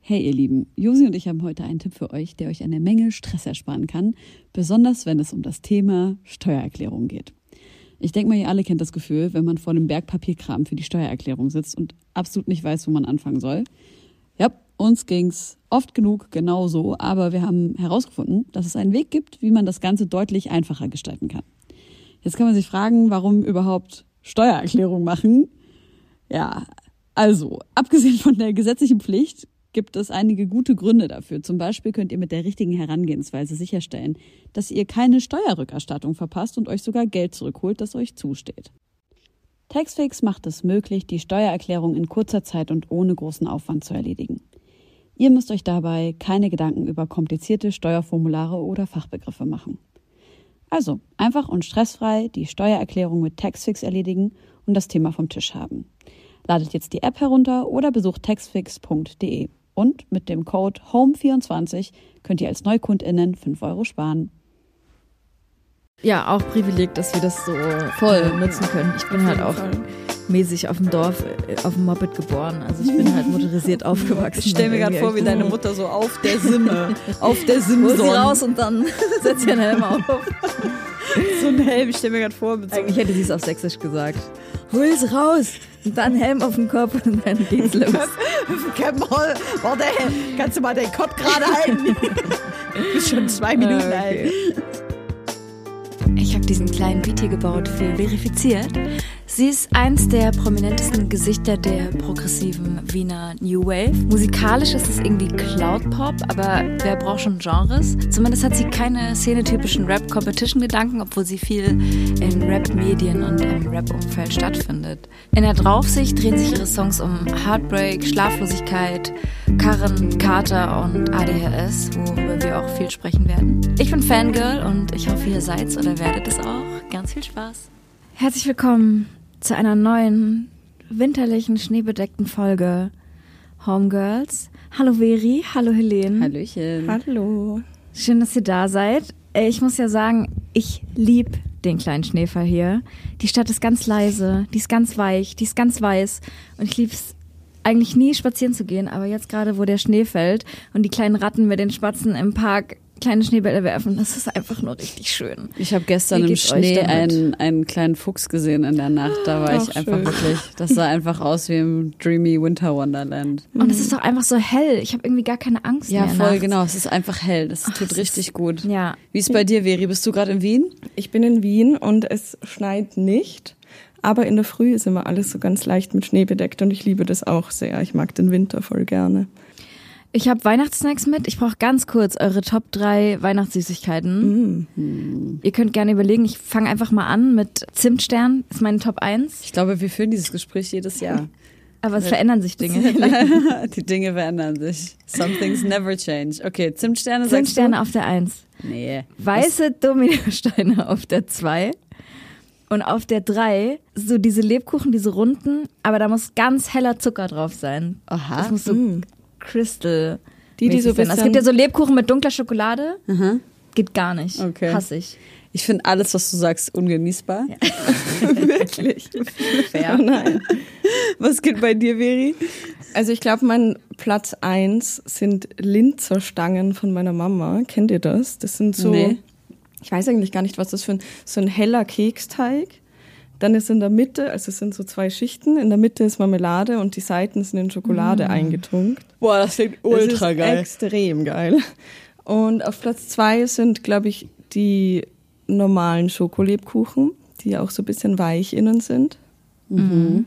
Hey ihr Lieben, Josi und ich haben heute einen Tipp für euch, der euch eine Menge Stress ersparen kann, besonders wenn es um das Thema Steuererklärung geht. Ich denke mal, ihr alle kennt das Gefühl, wenn man vor dem Berg Papierkram für die Steuererklärung sitzt und absolut nicht weiß, wo man anfangen soll. Ja, uns ging's oft genug genauso, aber wir haben herausgefunden, dass es einen Weg gibt, wie man das Ganze deutlich einfacher gestalten kann. Jetzt kann man sich fragen, warum überhaupt Steuererklärung machen? Ja, also, abgesehen von der gesetzlichen Pflicht, gibt es einige gute Gründe dafür. Zum Beispiel könnt ihr mit der richtigen Herangehensweise sicherstellen, dass ihr keine Steuerrückerstattung verpasst und euch sogar Geld zurückholt, das euch zusteht. Taxfix macht es möglich, die Steuererklärung in kurzer Zeit und ohne großen Aufwand zu erledigen. Ihr müsst euch dabei keine Gedanken über komplizierte Steuerformulare oder Fachbegriffe machen. Also einfach und stressfrei die Steuererklärung mit Taxfix erledigen und das Thema vom Tisch haben. Ladet jetzt die App herunter oder besucht taxfix.de. Und mit dem Code HOME24 könnt ihr als NeukundInnen 5 € sparen. Ja, auch Privileg, dass wir das so voll nutzen können. Ich bin halt auch mäßig auf dem Dorf, auf dem Moped geboren. Also ich bin halt motorisiert aufgewachsen. Ich stelle mir gerade vor, wie deine Mutter so auf der Simme, hol sie raus und dann setzt sie einen Helm auf. So ein Helm, ich stelle mir gerade vor. Mit so Eigentlich hätte sie es auf Sächsisch gesagt. Hol sie raus und dann Helm auf den Kopf und dann geht's los. Warte, kannst du mal den Kopf gerade halten? Du bist schon 2 Minuten alt. Ich habe diesen kleinen Beat hier gebaut für Verifiziert. Sie ist eins der prominentesten Gesichter der progressiven Wiener New Wave. Musikalisch ist es irgendwie Cloud-Pop, aber wer braucht schon Genres? Zumindest hat sie keine szenetypischen Rap-Competition-Gedanken, obwohl sie viel in Rap-Medien und im Rap-Umfeld stattfindet. In der Draufsicht drehen sich ihre Songs um Heartbreak, Schlaflosigkeit, Karren, Kater und ADHS, worüber wir auch viel sprechen werden. Ich bin Fangirl und ich hoffe, ihr seid's oder werdet es auch. Ganz viel Spaß. Herzlich willkommen zu einer neuen, winterlichen, schneebedeckten Folge Homegirls. Hallo Veri, hallo Helene. Hallöchen. Hallo. Schön, dass ihr da seid. Ich muss ja sagen, ich liebe den kleinen Schneefall hier. Die Stadt ist ganz leise, die ist ganz weich, die ist ganz weiß und ich liebe es eigentlich nie spazieren zu gehen, aber jetzt gerade, wo der Schnee fällt und die kleinen Ratten mit den Spatzen im Park kleine Schneebälle werfen, das ist einfach nur richtig schön. Ich habe gestern im Schnee einen kleinen Fuchs gesehen in der Nacht. Da war ich einfach wirklich, das sah einfach aus wie im Dreamy Winter Wonderland. Und es ist doch einfach so hell. Ich habe irgendwie gar keine Angst mehr. Ja, voll, nachts. genau. Es ist einfach hell. Das tut richtig gut. Ja. Wie ist bei dir, Veri? Bist du gerade in Wien? Ich bin in Wien und es schneit nicht. Aber in der Früh ist immer alles so ganz leicht mit Schnee bedeckt und ich liebe das auch sehr. Ich mag den Winter voll gerne. Ich habe Weihnachtssnacks mit. Ich brauche ganz kurz eure Top 3 Weihnachtssüßigkeiten. Ihr könnt gerne überlegen. Ich fange einfach mal an mit Zimtstern. Das ist meine Top 1. Ich glaube, wir führen dieses Gespräch jedes Jahr. Aber es verändern sich Dinge. Die Dinge verändern sich. Some things never change. Okay, Zimtsterne Zimtsterne auf der 1. Nee. Weiße Dominosteine auf der 2. Und auf der 3 so diese Lebkuchen, diese runden, aber da muss ganz heller Zucker drauf sein. Aha. Das muss so Crystal. Die so sein. Es gibt ja so Lebkuchen mit dunkler Schokolade. Aha. Geht gar nicht. Okay. Hasse ich. Ich finde alles, was du sagst, ungenießbar. Ja. Wirklich. Fair. Nein. Was geht bei dir, Veri? Also ich glaube, mein Platz 1 sind Linzerstangen von meiner Mama. Kennt ihr das? Das sind so, Nee. Ich weiß eigentlich gar nicht, was das für so ein heller Keksteig. Dann ist in der Mitte, also es sind so 2 Schichten, in der Mitte ist Marmelade und die Seiten sind in Schokolade eingetunkt. Boah, das klingt ultra das ist geil. Extrem geil. Und auf Platz 2 sind, glaube ich, die normalen Schokolebkuchen, die auch so ein bisschen weich innen sind. Und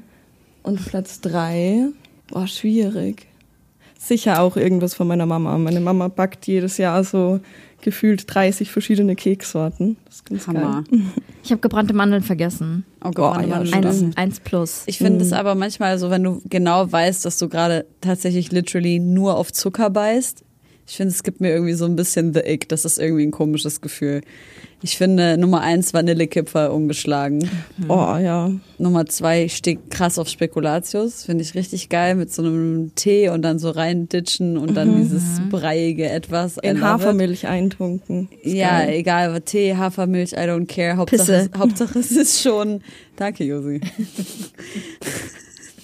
Platz 3, boah, schwierig. Sicher auch irgendwas von meiner Mama. Meine Mama backt jedes Jahr so gefühlt 30 verschiedene Keksorten. Das ist ganz Hammer. geil. Ich habe gebrannte Mandeln vergessen. Oh Gott, ja, Mandeln. 1 plus. Ich finde es aber manchmal so, wenn du genau weißt, dass du gerade tatsächlich literally nur auf Zucker beißt. Ich finde, es gibt mir irgendwie so ein bisschen the ick. Das ist irgendwie ein komisches Gefühl. Ich finde Nummer 1 Vanillekipferl ungeschlagen. Oh ja. Nummer 2 steht krass auf Spekulatius. Finde ich richtig geil mit so einem Tee und dann so reinditschen und dann dieses breiige Etwas. In Hafermilch eintunken. Ja, geil. egal. Tee, Hafermilch, I don't care. Hauptsache es ist schon... Danke, Josi.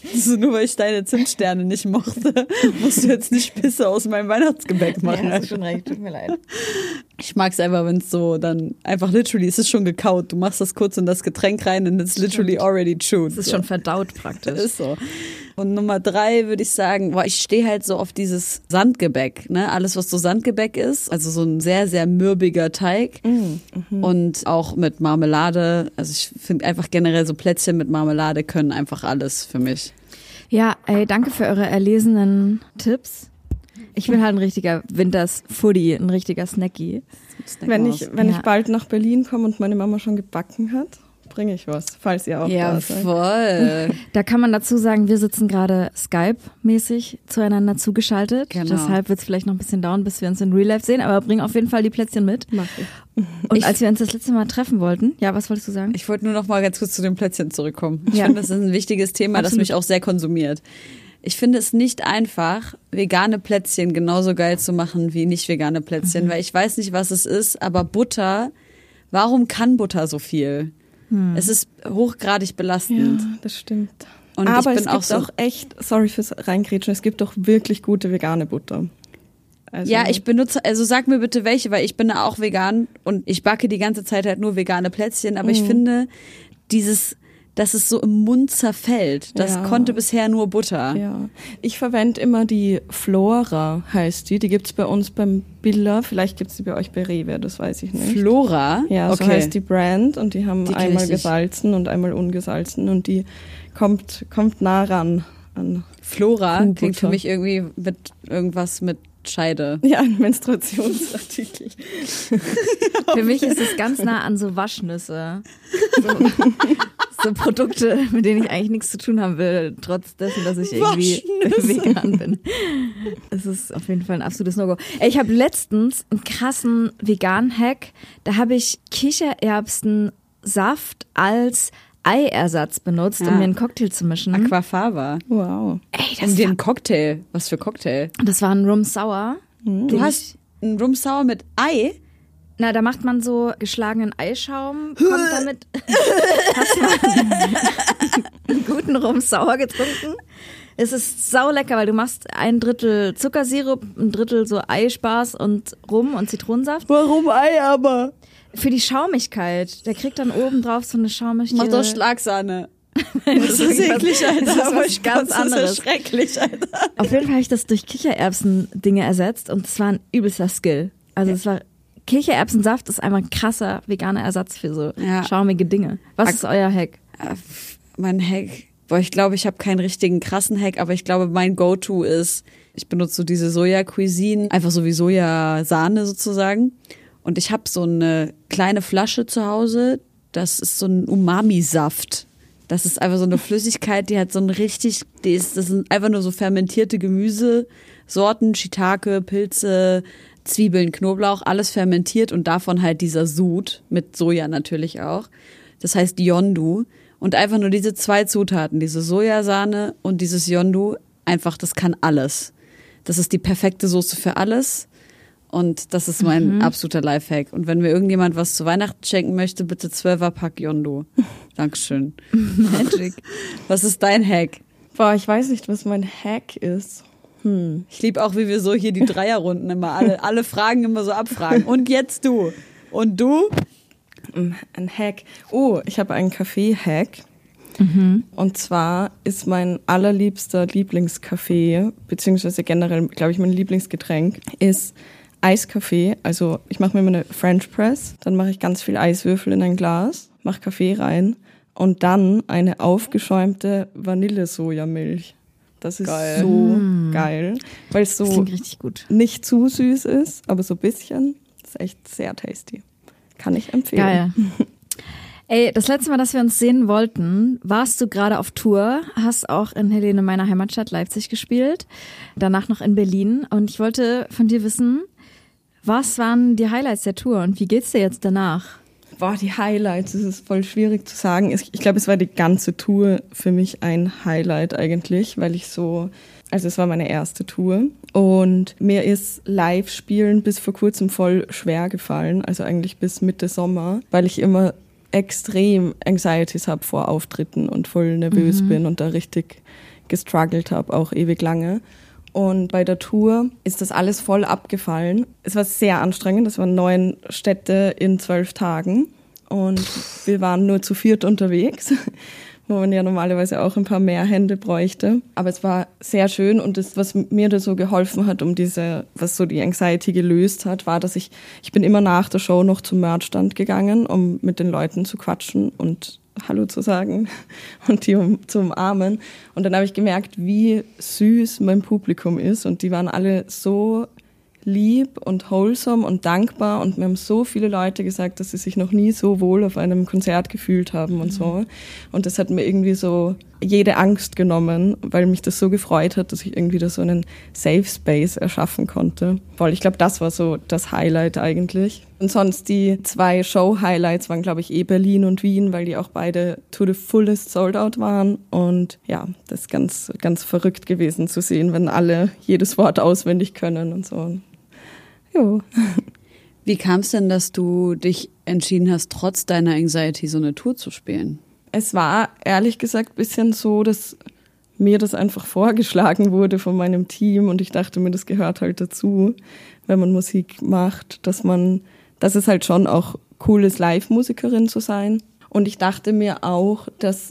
Also nur weil ich deine Zimtsterne nicht mochte, musst du jetzt nicht Pisse aus meinem Weihnachtsgebäck machen. Ja, hast du schon recht, tut mir leid. Ich mag es einfach, wenn es so dann einfach literally, es ist schon gekaut. Du machst das kurz in das Getränk rein und it's literally already chewed. Es ist schon verdaut praktisch. Das ist so. Und Nummer 3 würde ich sagen, boah, ich stehe halt so auf dieses Sandgebäck, ne? Alles, was so Sandgebäck ist. Also so ein sehr, sehr mürbiger Teig. Und auch mit Marmelade. Also ich finde einfach generell so Plätzchen mit Marmelade können einfach alles für mich. Ja, ey, danke für eure erlesenen Tipps. Ich bin halt ein richtiger Winters-Foodie, ein richtiger Snackie. Wenn ich bald nach Berlin komme und meine Mama schon gebacken hat, bringe ich was, falls ihr auch da seid. Voll. Da kann man dazu sagen, wir sitzen gerade Skype-mäßig zueinander zugeschaltet. Genau. Deshalb wird es vielleicht noch ein bisschen dauern, bis wir uns in Real Life sehen, aber bring auf jeden Fall die Plätzchen mit. Mach ich. Und als wir uns das letzte Mal treffen wollten, ja, was wolltest du sagen? Ich wollte nur noch mal ganz kurz zu den Plätzchen zurückkommen. Ich Ja. finde, das ist ein wichtiges Thema, das Absolut. mich auch sehr konsumiert. Ich finde es nicht einfach, vegane Plätzchen genauso geil zu machen wie nicht vegane Plätzchen, weil ich weiß nicht, was es ist, aber Butter, warum kann Butter so viel? Es ist hochgradig belastend. Ja, das stimmt. Und aber ich es bin gibt auch so, auch echt, sorry fürs Reingrätschen, es gibt auch wirklich gute vegane Butter. Also, ja, ich benutze, also sag mir bitte welche, weil ich bin auch vegan und ich backe die ganze Zeit halt nur vegane Plätzchen, aber ich finde dass es so im Mund zerfällt, das Ja. konnte bisher nur Butter. Ja, ich verwende immer die Flora, heißt die. Die gibt's bei uns beim Billa. Vielleicht gibt's die bei euch bei Rewe, das weiß ich nicht. Flora? Ja, so okay. heißt die Brand und die haben Die kenn einmal ich nicht. gesalzen und einmal ungesalzen und die kommt nah ran an Flora Kuhbutter. klingt für mich irgendwie mit irgendwas mit Scheide. ja, ein Menstruationsartikel. Für mich ist es ganz nah an so Waschnüsse. So Produkte, mit denen ich eigentlich nichts zu tun haben will, trotz dessen, dass ich irgendwie vegan bin. Es ist auf jeden Fall ein absolutes No-Go. Ey, ich habe letztens einen krassen Vegan-Hack. Da habe ich Kichererbsensaft als Eiersatz benutzt, Ja. um mir einen Cocktail zu mischen. Aquafaba. Wow. Ey, Und den Cocktail. Was für Cocktail? das war ein Rum Sour. Du hast einen Rum Sour mit Ei? Na, da macht man so geschlagenen Eischaum, kommt damit, hast man einen guten Rum Sour getrunken. Es ist saulecker, weil du machst 1/3 Zuckersirup, 1/3 so Eispaß und Rum und Zitronensaft. Warum Ei aber? Für die Schaumigkeit. Der kriegt dann oben drauf so eine schaumige... Mach doch Schlagsahne. Das ist eklig, Alter. Das ist Aber was ganz Das anderes. ist schrecklich, Alter. Auf jeden Fall habe ich das durch Kichererbsen-Dinge ersetzt und es war ein übelster Skill. Also es war... Kichererbsensaft ist einfach ein krasser veganer Ersatz für so Ja. schaumige Dinge. Was ist euer Hack? Mein Hack. Boah, ich glaube, ich habe keinen richtigen krassen Hack, aber ich glaube, mein Go-To ist, ich benutze so diese Soja-Cuisine, einfach so wie Sojasahne sozusagen. Und ich habe so eine kleine Flasche zu Hause, das ist so ein Umami-Saft. Das ist einfach so eine Flüssigkeit, die hat so ein das sind einfach nur so fermentierte Gemüsesorten, Shiitake, Pilze, Zwiebeln, Knoblauch, alles fermentiert und davon halt dieser Sud, mit Soja natürlich auch. Das heißt Yondu. Und einfach nur diese 2 Zutaten, diese Sojasahne und dieses Yondu, einfach, das kann alles. Das ist die perfekte Soße für alles. Und das ist mein absoluter Lifehack. Und wenn mir irgendjemand was zu Weihnachten schenken möchte, bitte 12er-Pack Yondu. Dankeschön. Magic. Was ist dein Hack? Boah, ich weiß nicht, was mein Hack ist. Ich liebe auch, wie wir so hier die Dreierrunden immer alle Fragen immer so abfragen. Und jetzt du. Und du? Ein Hack. Oh, ich habe einen Kaffee-Hack. Und zwar ist mein allerliebster Lieblingskaffee, beziehungsweise generell, glaube ich, mein Lieblingsgetränk, ist Eiskaffee. Also ich mache mir immer eine French Press, dann mache ich ganz viel Eiswürfel in ein Glas, mache Kaffee rein und dann eine aufgeschäumte Vanille-Sojamilch. Das ist Geil. so geil, weil es Das so klingt richtig gut. nicht zu süß ist, aber so ein bisschen. Das ist echt sehr tasty. Kann ich empfehlen. Geil. Ey, das letzte Mal, dass wir uns sehen wollten, warst du gerade auf Tour, hast auch in Helene, meiner Heimatstadt Leipzig gespielt, danach noch in Berlin. Und ich wollte von dir wissen, was waren die Highlights der Tour und wie geht's dir jetzt danach? Boah, die Highlights, das ist voll schwierig zu sagen. Ich glaube, es war die ganze Tour für mich ein Highlight eigentlich, weil ich also es war meine erste Tour und mir ist Live-Spielen bis vor kurzem voll schwer gefallen, also eigentlich bis Mitte Sommer, weil ich immer extrem Anxieties habe vor Auftritten und voll nervös bin und da richtig gestruggelt habe, auch ewig lange. Und bei der Tour ist das alles voll abgefallen. Es war sehr anstrengend. Es waren 9 Städte in 12 Tagen. Und wir waren nur zu 4 unterwegs, wo man ja normalerweise auch ein paar mehr Hände bräuchte. Aber es war sehr schön und das, was mir da so geholfen hat, was so die Anxiety gelöst hat, war, dass ich bin immer nach der Show noch zum Merchstand gegangen, um mit den Leuten zu quatschen und Hallo zu sagen und die zu umarmen. Und dann habe ich gemerkt, wie süß mein Publikum ist und die waren alle so lieb und wholesome und dankbar und mir haben so viele Leute gesagt, dass sie sich noch nie so wohl auf einem Konzert gefühlt haben und so. Und das hat mir irgendwie so jede Angst genommen, weil mich das so gefreut hat, dass ich irgendwie da so einen Safe Space erschaffen konnte. Weil ich glaube, das war so das Highlight eigentlich. Und sonst die 2 Show-Highlights waren, glaube ich, Berlin und Wien, weil die auch beide to the fullest sold out waren. Und ja, das ist ganz, ganz verrückt gewesen zu sehen, wenn alle jedes Wort auswendig können und so. Jo. Wie kam es denn, dass du dich entschieden hast, trotz deiner Anxiety so eine Tour zu spielen? Es war ehrlich gesagt ein bisschen so, dass mir das einfach vorgeschlagen wurde von meinem Team und ich dachte mir, das gehört halt dazu, wenn man Musik macht, dass es halt schon auch cool ist, Live-Musikerin zu sein. Und ich dachte mir auch,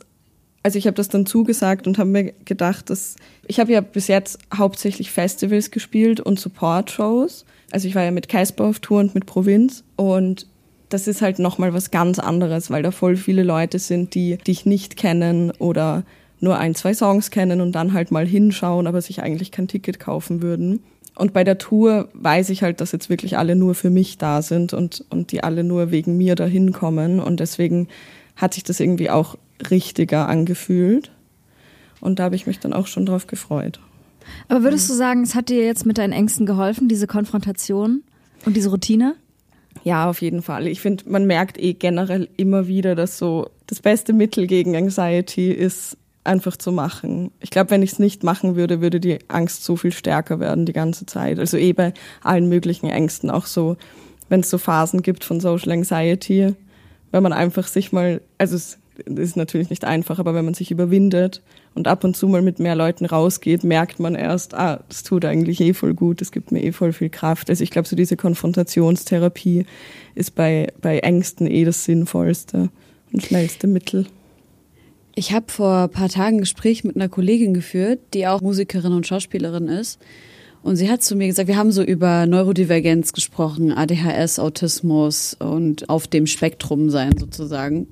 ich habe das dann zugesagt und habe mir gedacht, ich habe ja bis jetzt hauptsächlich Festivals gespielt und Support-Shows. Also ich war ja mit Casper auf Tour und mit Provinz und das ist halt nochmal was ganz anderes, weil da voll viele Leute sind, die dich nicht kennen oder nur 1, 2 Songs kennen und dann halt mal hinschauen, aber sich eigentlich kein Ticket kaufen würden. Und bei der Tour weiß ich halt, dass jetzt wirklich alle nur für mich da sind und die alle nur wegen mir da hinkommen und deswegen hat sich das irgendwie auch richtiger angefühlt und da habe ich mich dann auch schon drauf gefreut. Aber würdest du sagen, es hat dir jetzt mit deinen Ängsten geholfen, diese Konfrontation und diese Routine? Ja, auf jeden Fall. Ich finde, man merkt generell immer wieder, dass so das beste Mittel gegen Anxiety ist, einfach zu machen. Ich glaube, wenn ich es nicht machen würde, würde die Angst so viel stärker werden die ganze Zeit. Also bei allen möglichen Ängsten, auch so, wenn es so Phasen gibt von Social Anxiety, wenn man einfach sich mal, also es ist natürlich nicht einfach, aber wenn man sich überwindet und ab und zu mal mit mehr Leuten rausgeht, merkt man erst, das tut eigentlich voll gut, das gibt mir voll viel Kraft. Also ich glaube, so diese Konfrontationstherapie ist bei Ängsten das sinnvollste und schnellste Mittel. Ich habe vor ein paar Tagen ein Gespräch mit einer Kollegin geführt, die auch Musikerin und Schauspielerin ist. Und sie hat zu mir gesagt, wir haben so über Neurodivergenz gesprochen, ADHS, Autismus und auf dem Spektrum sein sozusagen.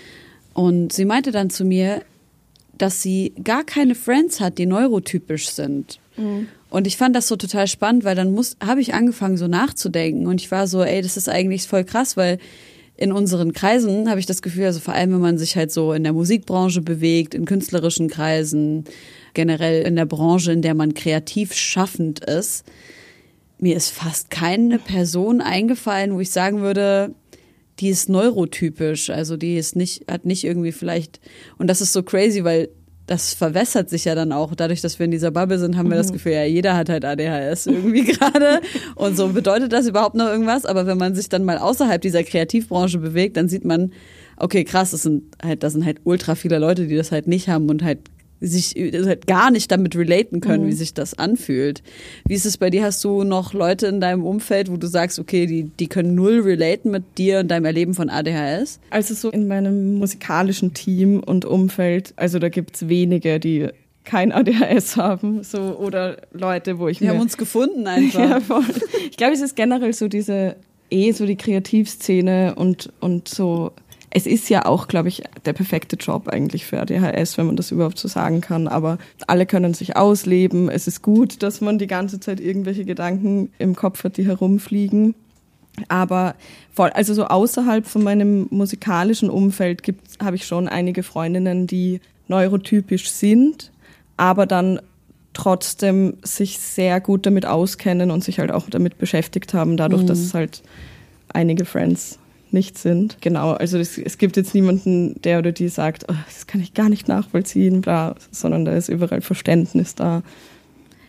Und sie meinte dann zu mir, dass sie gar keine Friends hat, die neurotypisch sind. Mhm. Und ich fand das so total spannend, weil dann habe ich angefangen so nachzudenken und ich war so, das ist eigentlich voll krass, weil in unseren Kreisen habe ich das Gefühl, also vor allem, wenn man sich halt so in der Musikbranche bewegt, in künstlerischen Kreisen, generell in der Branche, in der man kreativ schaffend ist, mir ist fast keine Person eingefallen, wo ich sagen würde, die ist neurotypisch, also die hat nicht irgendwie vielleicht, und das ist so crazy, weil das verwässert sich ja dann auch. Dadurch, dass wir in dieser Bubble sind, haben wir das Gefühl, ja, jeder hat halt ADHS irgendwie gerade. Und so bedeutet das überhaupt noch irgendwas. Aber wenn man sich dann mal außerhalb dieser Kreativbranche bewegt, dann sieht man, okay, krass, das sind halt ultra viele Leute, die das halt nicht haben und halt sich halt gar nicht damit relaten können, wie sich das anfühlt. Wie ist es bei dir? Hast du noch Leute in deinem Umfeld, wo du sagst, okay, die können null relaten mit dir und deinem Erleben von ADHS? Also so in meinem musikalischen Team und Umfeld, also da gibt's wenige, die kein ADHS haben, so, oder Leute, wo Wir haben uns gefunden einfach. Ja, voll. Ich glaube, es ist generell so so die Kreativszene und so. Es ist ja auch, glaube ich, der perfekte Job eigentlich für ADHS, wenn man das überhaupt so sagen kann. Aber alle können sich ausleben. Es ist gut, dass man die ganze Zeit irgendwelche Gedanken im Kopf hat, die herumfliegen. Aber also so außerhalb von meinem musikalischen Umfeld habe ich schon einige Freundinnen, die neurotypisch sind, aber dann trotzdem sich sehr gut damit auskennen und sich halt auch damit beschäftigt haben, dadurch, dass es halt einige Friends nicht sind. Genau, also es gibt jetzt niemanden, der oder die sagt, das kann ich gar nicht nachvollziehen, bla, sondern da ist überall Verständnis da.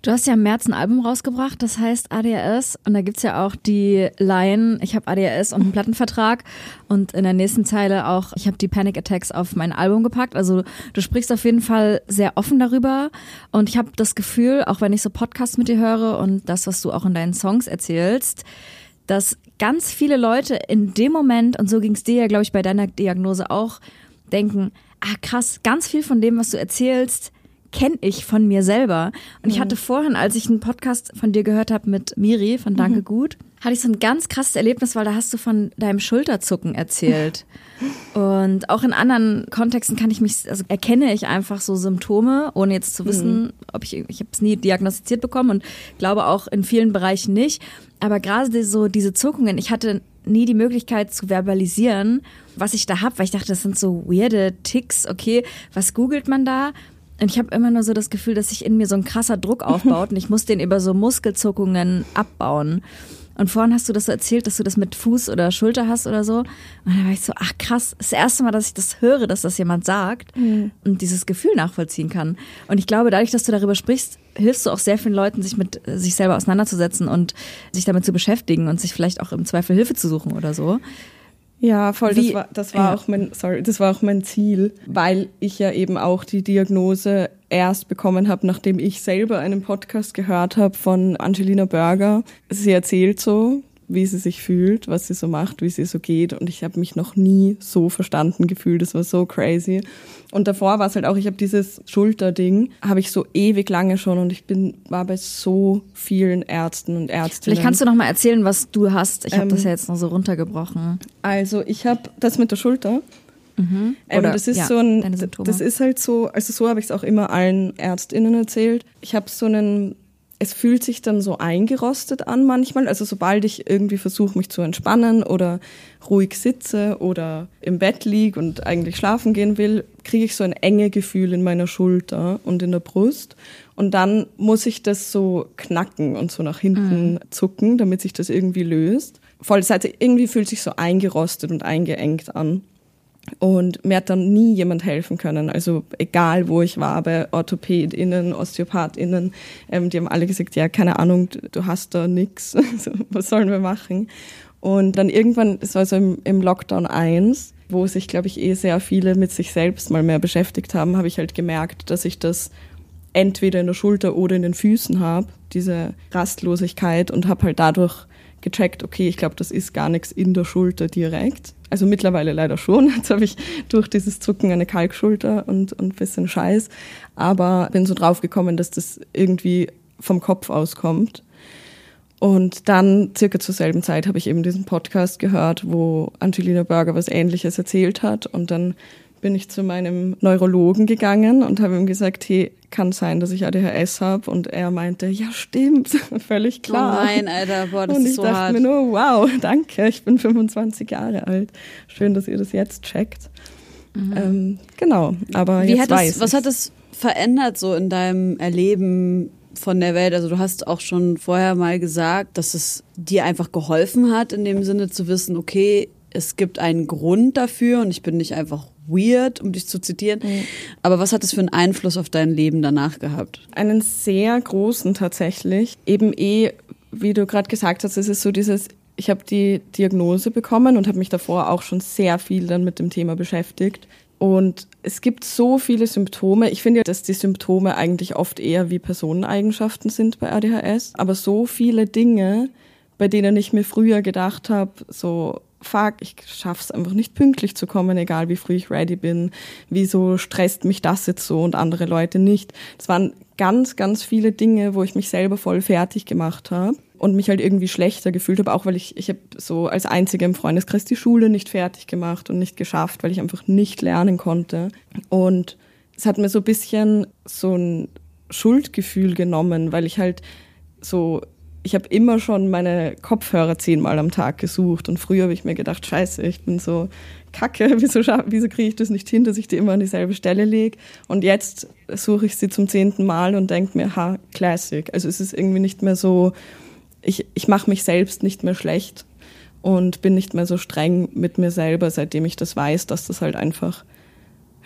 Du hast ja im März ein Album rausgebracht, das heißt ADHS und da gibt's ja auch die Line, ich habe ADHS und einen Plattenvertrag und in der nächsten Zeile auch, ich habe die Panic Attacks auf mein Album gepackt. Also du sprichst auf jeden Fall sehr offen darüber und ich habe das Gefühl, auch wenn ich so Podcasts mit dir höre und das, was du auch in deinen Songs erzählst, dass ganz viele Leute in dem Moment, und so ging's dir ja, glaube ich, bei deiner Diagnose auch, denken, krass, ganz viel von dem, was du erzählst, kenne ich von mir selber. Und ich hatte vorhin, als ich einen Podcast von dir gehört habe mit Miri von Danke Gut, hatte ich so ein ganz krasses Erlebnis, weil da hast du von deinem Schulterzucken erzählt. Und auch in anderen Kontexten erkenne ich einfach so Symptome, ohne jetzt zu wissen, ich habe es nie diagnostiziert bekommen und glaube auch in vielen Bereichen nicht. Aber gerade so diese Zuckungen, ich hatte nie die Möglichkeit zu verbalisieren, was ich da habe, weil ich dachte, das sind so weirde Ticks, okay, was googelt man da? Und ich habe immer nur so das Gefühl, dass sich in mir so ein krasser Druck aufbaut und ich muss den über so Muskelzuckungen abbauen. Und vorhin hast du das so erzählt, dass du das mit Fuß oder Schulter hast oder so. Und dann war ich so, krass, das erste Mal, dass ich das höre, dass das jemand sagt und dieses Gefühl nachvollziehen kann. Und ich glaube, dadurch, dass du darüber sprichst, hilfst du auch sehr vielen Leuten, sich mit sich selber auseinanderzusetzen und sich damit zu beschäftigen und sich vielleicht auch im Zweifel Hilfe zu suchen oder so. Ja, voll, das war auch mein Ziel, weil ich ja eben auch die Diagnose erst bekommen habe, nachdem ich selber einen Podcast gehört habe von Angelina Burger. Sie erzählt so, wie sie sich fühlt, was sie so macht, wie sie so geht und ich habe mich noch nie so verstanden gefühlt, das war so crazy. Und davor war es halt auch, ich habe dieses Schulterding, habe ich so ewig lange schon und war bei so vielen Ärzten und Ärztinnen. Vielleicht kannst du noch mal erzählen, was du hast. Ich habe das ja jetzt noch so runtergebrochen. Also ich habe das mit der Schulter. Das ist das ist halt so, also so habe ich es auch immer allen ÄrztInnen erzählt. Ich habe es fühlt sich dann so eingerostet an manchmal. Also sobald ich irgendwie versuche, mich zu entspannen oder ruhig sitze oder im Bett liege und eigentlich schlafen gehen will, kriege ich so ein enge Gefühl in meiner Schulter und in der Brust. Und dann muss ich das so knacken und so nach hinten zucken, damit sich das irgendwie löst. Irgendwie fühlt sich so eingerostet und eingeengt an. Und mir hat dann nie jemand helfen können, also egal wo ich war, bei OrthopädInnen, OsteopathInnen, die haben alle gesagt, ja, keine Ahnung, du hast da nix, also, was sollen wir machen? Und dann irgendwann, es war so im Lockdown 1, wo sich, glaube ich, sehr viele mit sich selbst mal mehr beschäftigt haben, habe ich halt gemerkt, dass ich das entweder in der Schulter oder in den Füßen habe, diese Rastlosigkeit und habe halt dadurch gecheckt, okay, ich glaube, das ist gar nichts in der Schulter direkt. Also mittlerweile leider schon. Jetzt habe ich durch dieses Zucken eine Kalkschulter und ein bisschen Scheiß. Aber bin so drauf gekommen, dass das irgendwie vom Kopf auskommt. Und dann circa zur selben Zeit habe ich eben diesen Podcast gehört, wo Angelina Burger was Ähnliches erzählt hat. Und dann bin ich zu meinem Neurologen gegangen und habe ihm gesagt, hey, kann sein, dass ich ADHS habe? Und er meinte, ja stimmt, völlig klar. Oh nein, Alter, boah, das ist so hart. Und ich dachte mir nur, wow, danke, ich bin 25 Jahre alt. Schön, dass ihr das jetzt checkt. Genau, aber jetzt weiß ich. Was hat das verändert so in deinem Erleben von der Welt? Also du hast auch schon vorher mal gesagt, dass es dir einfach geholfen hat, in dem Sinne zu wissen, okay, es gibt einen Grund dafür und ich bin nicht einfach weird, um dich zu zitieren. Aber was hat es für einen Einfluss auf dein Leben danach gehabt? Einen sehr großen tatsächlich. Eben wie du gerade gesagt hast, es ist so dieses, ich habe die Diagnose bekommen und habe mich davor auch schon sehr viel dann mit dem Thema beschäftigt. Und es gibt so viele Symptome. Ich finde ja, dass die Symptome eigentlich oft eher wie Personeneigenschaften sind bei ADHS. Aber so viele Dinge, bei denen ich mir früher gedacht habe, so fuck, ich schaff's einfach nicht pünktlich zu kommen, egal wie früh ich ready bin. Wieso stresst mich das jetzt so und andere Leute nicht? Das waren ganz, ganz viele Dinge, wo ich mich selber voll fertig gemacht habe und mich halt irgendwie schlechter gefühlt habe, auch weil ich habe so als Einzige im Freundeskreis die Schule nicht fertig gemacht und nicht geschafft, weil ich einfach nicht lernen konnte. Und es hat mir so ein bisschen so ein Schuldgefühl genommen, weil ich halt so, ich habe immer schon meine Kopfhörer 10-mal am Tag gesucht und früher habe ich mir gedacht, scheiße, ich bin so kacke, wieso kriege ich das nicht hin, dass ich die immer an dieselbe Stelle lege? Und jetzt suche ich sie zum 10. Mal und denke mir, Classic. Also es ist irgendwie nicht mehr so, ich mache mich selbst nicht mehr schlecht und bin nicht mehr so streng mit mir selber, seitdem ich das weiß, dass das halt einfach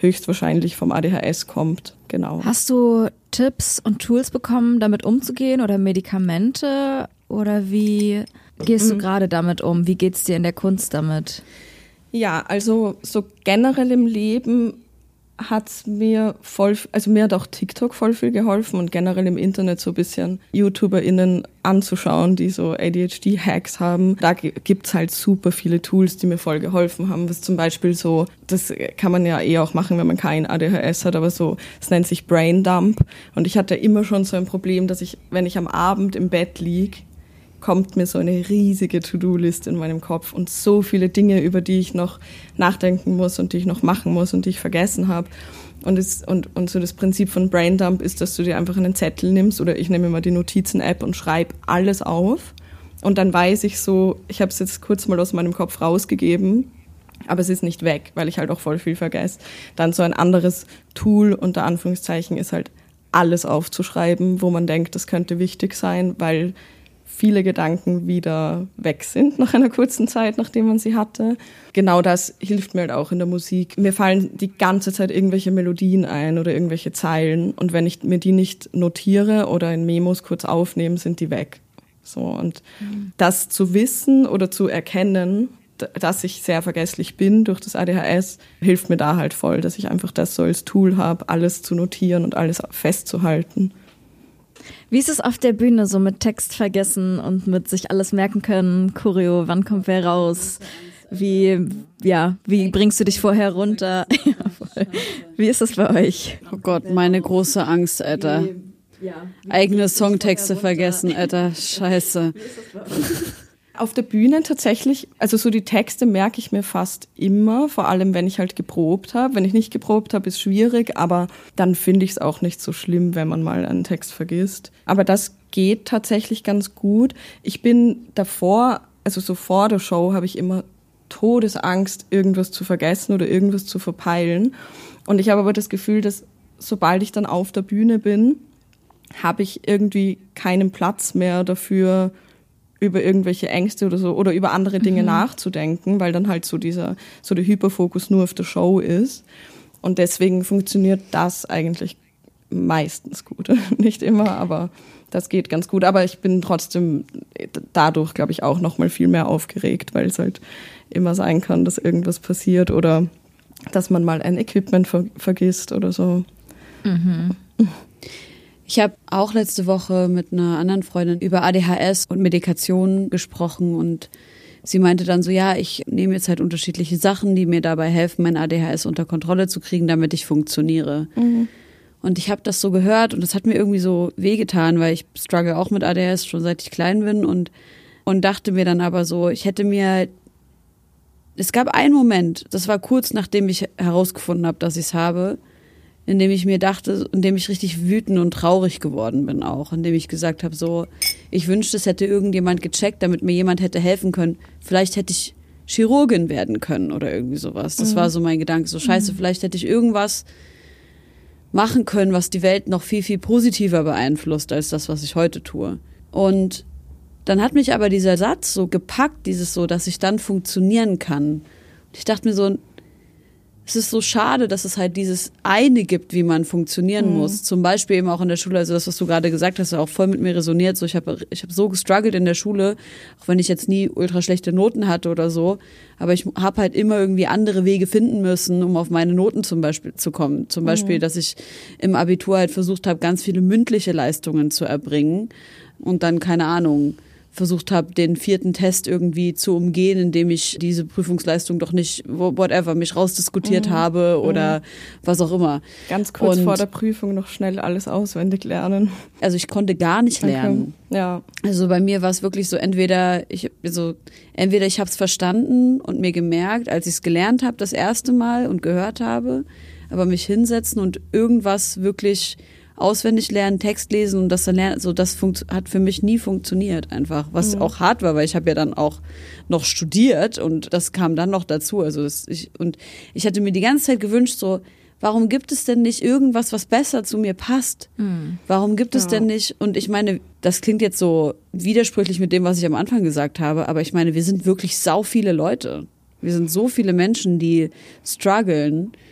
höchstwahrscheinlich vom ADHS kommt. Genau. Hast du Tipps und Tools bekommen, damit umzugehen oder Medikamente? Oder wie gehst du gerade damit um? Wie geht's dir in der Kunst damit? Ja, also so generell im Leben hat's mir mir hat auch TikTok voll viel geholfen und generell im Internet so ein bisschen YouTuberInnen anzuschauen, die so ADHD-Hacks haben. Da gibt's halt super viele Tools, die mir voll geholfen haben. Was zum Beispiel so, das kann man ja auch machen, wenn man kein ADHS hat, aber so, es nennt sich Braindump. Und ich hatte immer schon so ein Problem, dass wenn ich am Abend im Bett lieg, kommt mir so eine riesige To-Do-Liste in meinem Kopf und so viele Dinge, über die ich noch nachdenken muss und die ich noch machen muss und die ich vergessen habe. Und so das Prinzip von Braindump ist, dass du dir einfach einen Zettel nimmst oder ich nehme immer die Notizen-App und schreibe alles auf. Und dann weiß ich so, ich habe es jetzt kurz mal aus meinem Kopf rausgegeben, aber es ist nicht weg, weil ich halt auch voll viel vergesse. Dann so ein anderes Tool unter Anführungszeichen ist halt alles aufzuschreiben, wo man denkt, das könnte wichtig sein, weil viele Gedanken wieder weg sind nach einer kurzen Zeit, nachdem man sie hatte. Genau das hilft mir halt auch in der Musik. Mir fallen die ganze Zeit irgendwelche Melodien ein oder irgendwelche Zeilen und wenn ich mir die nicht notiere oder in Memos kurz aufnehme, sind die weg. So, und das zu wissen oder zu erkennen, dass ich sehr vergesslich bin durch das ADHS, hilft mir da halt voll, dass ich einfach das so als Tool habe, alles zu notieren und alles festzuhalten. Wie ist es auf der Bühne so mit Text vergessen und mit sich alles merken können? Choreo, wann kommt wer raus? Wie bringst du dich vorher runter? Wie ist das bei euch? Oh Gott, meine große Angst, Alter. Eigene Songtexte vergessen, Alter. Scheiße. Auf der Bühne tatsächlich, also so die Texte merke ich mir fast immer, vor allem wenn ich halt geprobt habe. Wenn ich nicht geprobt habe, ist schwierig, aber dann finde ich es auch nicht so schlimm, wenn man mal einen Text vergisst. Aber das geht tatsächlich ganz gut. Ich bin davor, also so vor der Show, habe ich immer Todesangst, irgendwas zu vergessen oder irgendwas zu verpeilen. Und ich habe aber das Gefühl, dass sobald ich dann auf der Bühne bin, habe ich irgendwie keinen Platz mehr dafür, über irgendwelche Ängste oder so oder über andere Dinge nachzudenken, weil dann halt so der Hyperfokus nur auf der Show ist. Und deswegen funktioniert das eigentlich meistens gut. Nicht immer, aber das geht ganz gut. Aber ich bin trotzdem dadurch, glaube ich, auch noch mal viel mehr aufgeregt, weil es halt immer sein kann, dass irgendwas passiert oder dass man mal ein Equipment vergisst oder so. Ich habe auch letzte Woche mit einer anderen Freundin über ADHS und Medikation gesprochen und sie meinte dann so, ja, ich nehme jetzt halt unterschiedliche Sachen, die mir dabei helfen, mein ADHS unter Kontrolle zu kriegen, damit ich funktioniere. Und ich habe das so gehört und das hat mir irgendwie so wehgetan, weil ich struggle auch mit ADHS schon seit ich klein bin und dachte mir dann aber so, es gab einen Moment, das war kurz nachdem ich herausgefunden habe, dass ich es habe, in dem ich mir dachte, in dem ich richtig wütend und traurig geworden bin auch, in dem ich gesagt habe, so, ich wünschte, es hätte irgendjemand gecheckt, damit mir jemand hätte helfen können. Vielleicht hätte ich Chirurgin werden können oder irgendwie sowas. Das war so mein Gedanke, so scheiße, vielleicht hätte ich irgendwas machen können, was die Welt noch viel, viel positiver beeinflusst, als das, was ich heute tue. Und dann hat mich aber dieser Satz so gepackt, dieses so, dass ich dann funktionieren kann. Und ich dachte mir so, es ist so schade, dass es halt dieses eine gibt, wie man funktionieren muss. Zum Beispiel eben auch in der Schule, also das, was du gerade gesagt hast, auch voll mit mir resoniert. So, ich habe so gestruggelt in der Schule, auch wenn ich jetzt nie ultra schlechte Noten hatte oder so. Aber ich habe halt immer irgendwie andere Wege finden müssen, um auf meine Noten zum Beispiel zu kommen. Zum Beispiel, dass ich im Abitur halt versucht habe, ganz viele mündliche Leistungen zu erbringen und dann, keine Ahnung, versucht habe, den 4. Test irgendwie zu umgehen, indem ich diese Prüfungsleistung doch nicht, whatever, mich rausdiskutiert habe oder was auch immer. Ganz kurz vor der Prüfung noch schnell alles auswendig lernen. Also ich konnte gar nicht lernen. Ja. Also bei mir war es wirklich so, entweder ich habe es verstanden und mir gemerkt, als ich es gelernt habe das erste Mal und gehört habe, aber mich hinsetzen und irgendwas wirklich auswendig lernen, Text lesen und das dann lernen, so das hat für mich nie funktioniert einfach, was auch hart war, weil ich habe ja dann auch noch studiert und das kam dann noch dazu, also ich hatte mir die ganze Zeit gewünscht, so, warum gibt es denn nicht irgendwas, was besser zu mir passt? Warum gibt es denn nicht, und ich meine, das klingt jetzt so widersprüchlich mit dem, was ich am Anfang gesagt habe, aber ich meine, wir sind wirklich sau viele Leute. Wir sind so viele Menschen, die strugglen.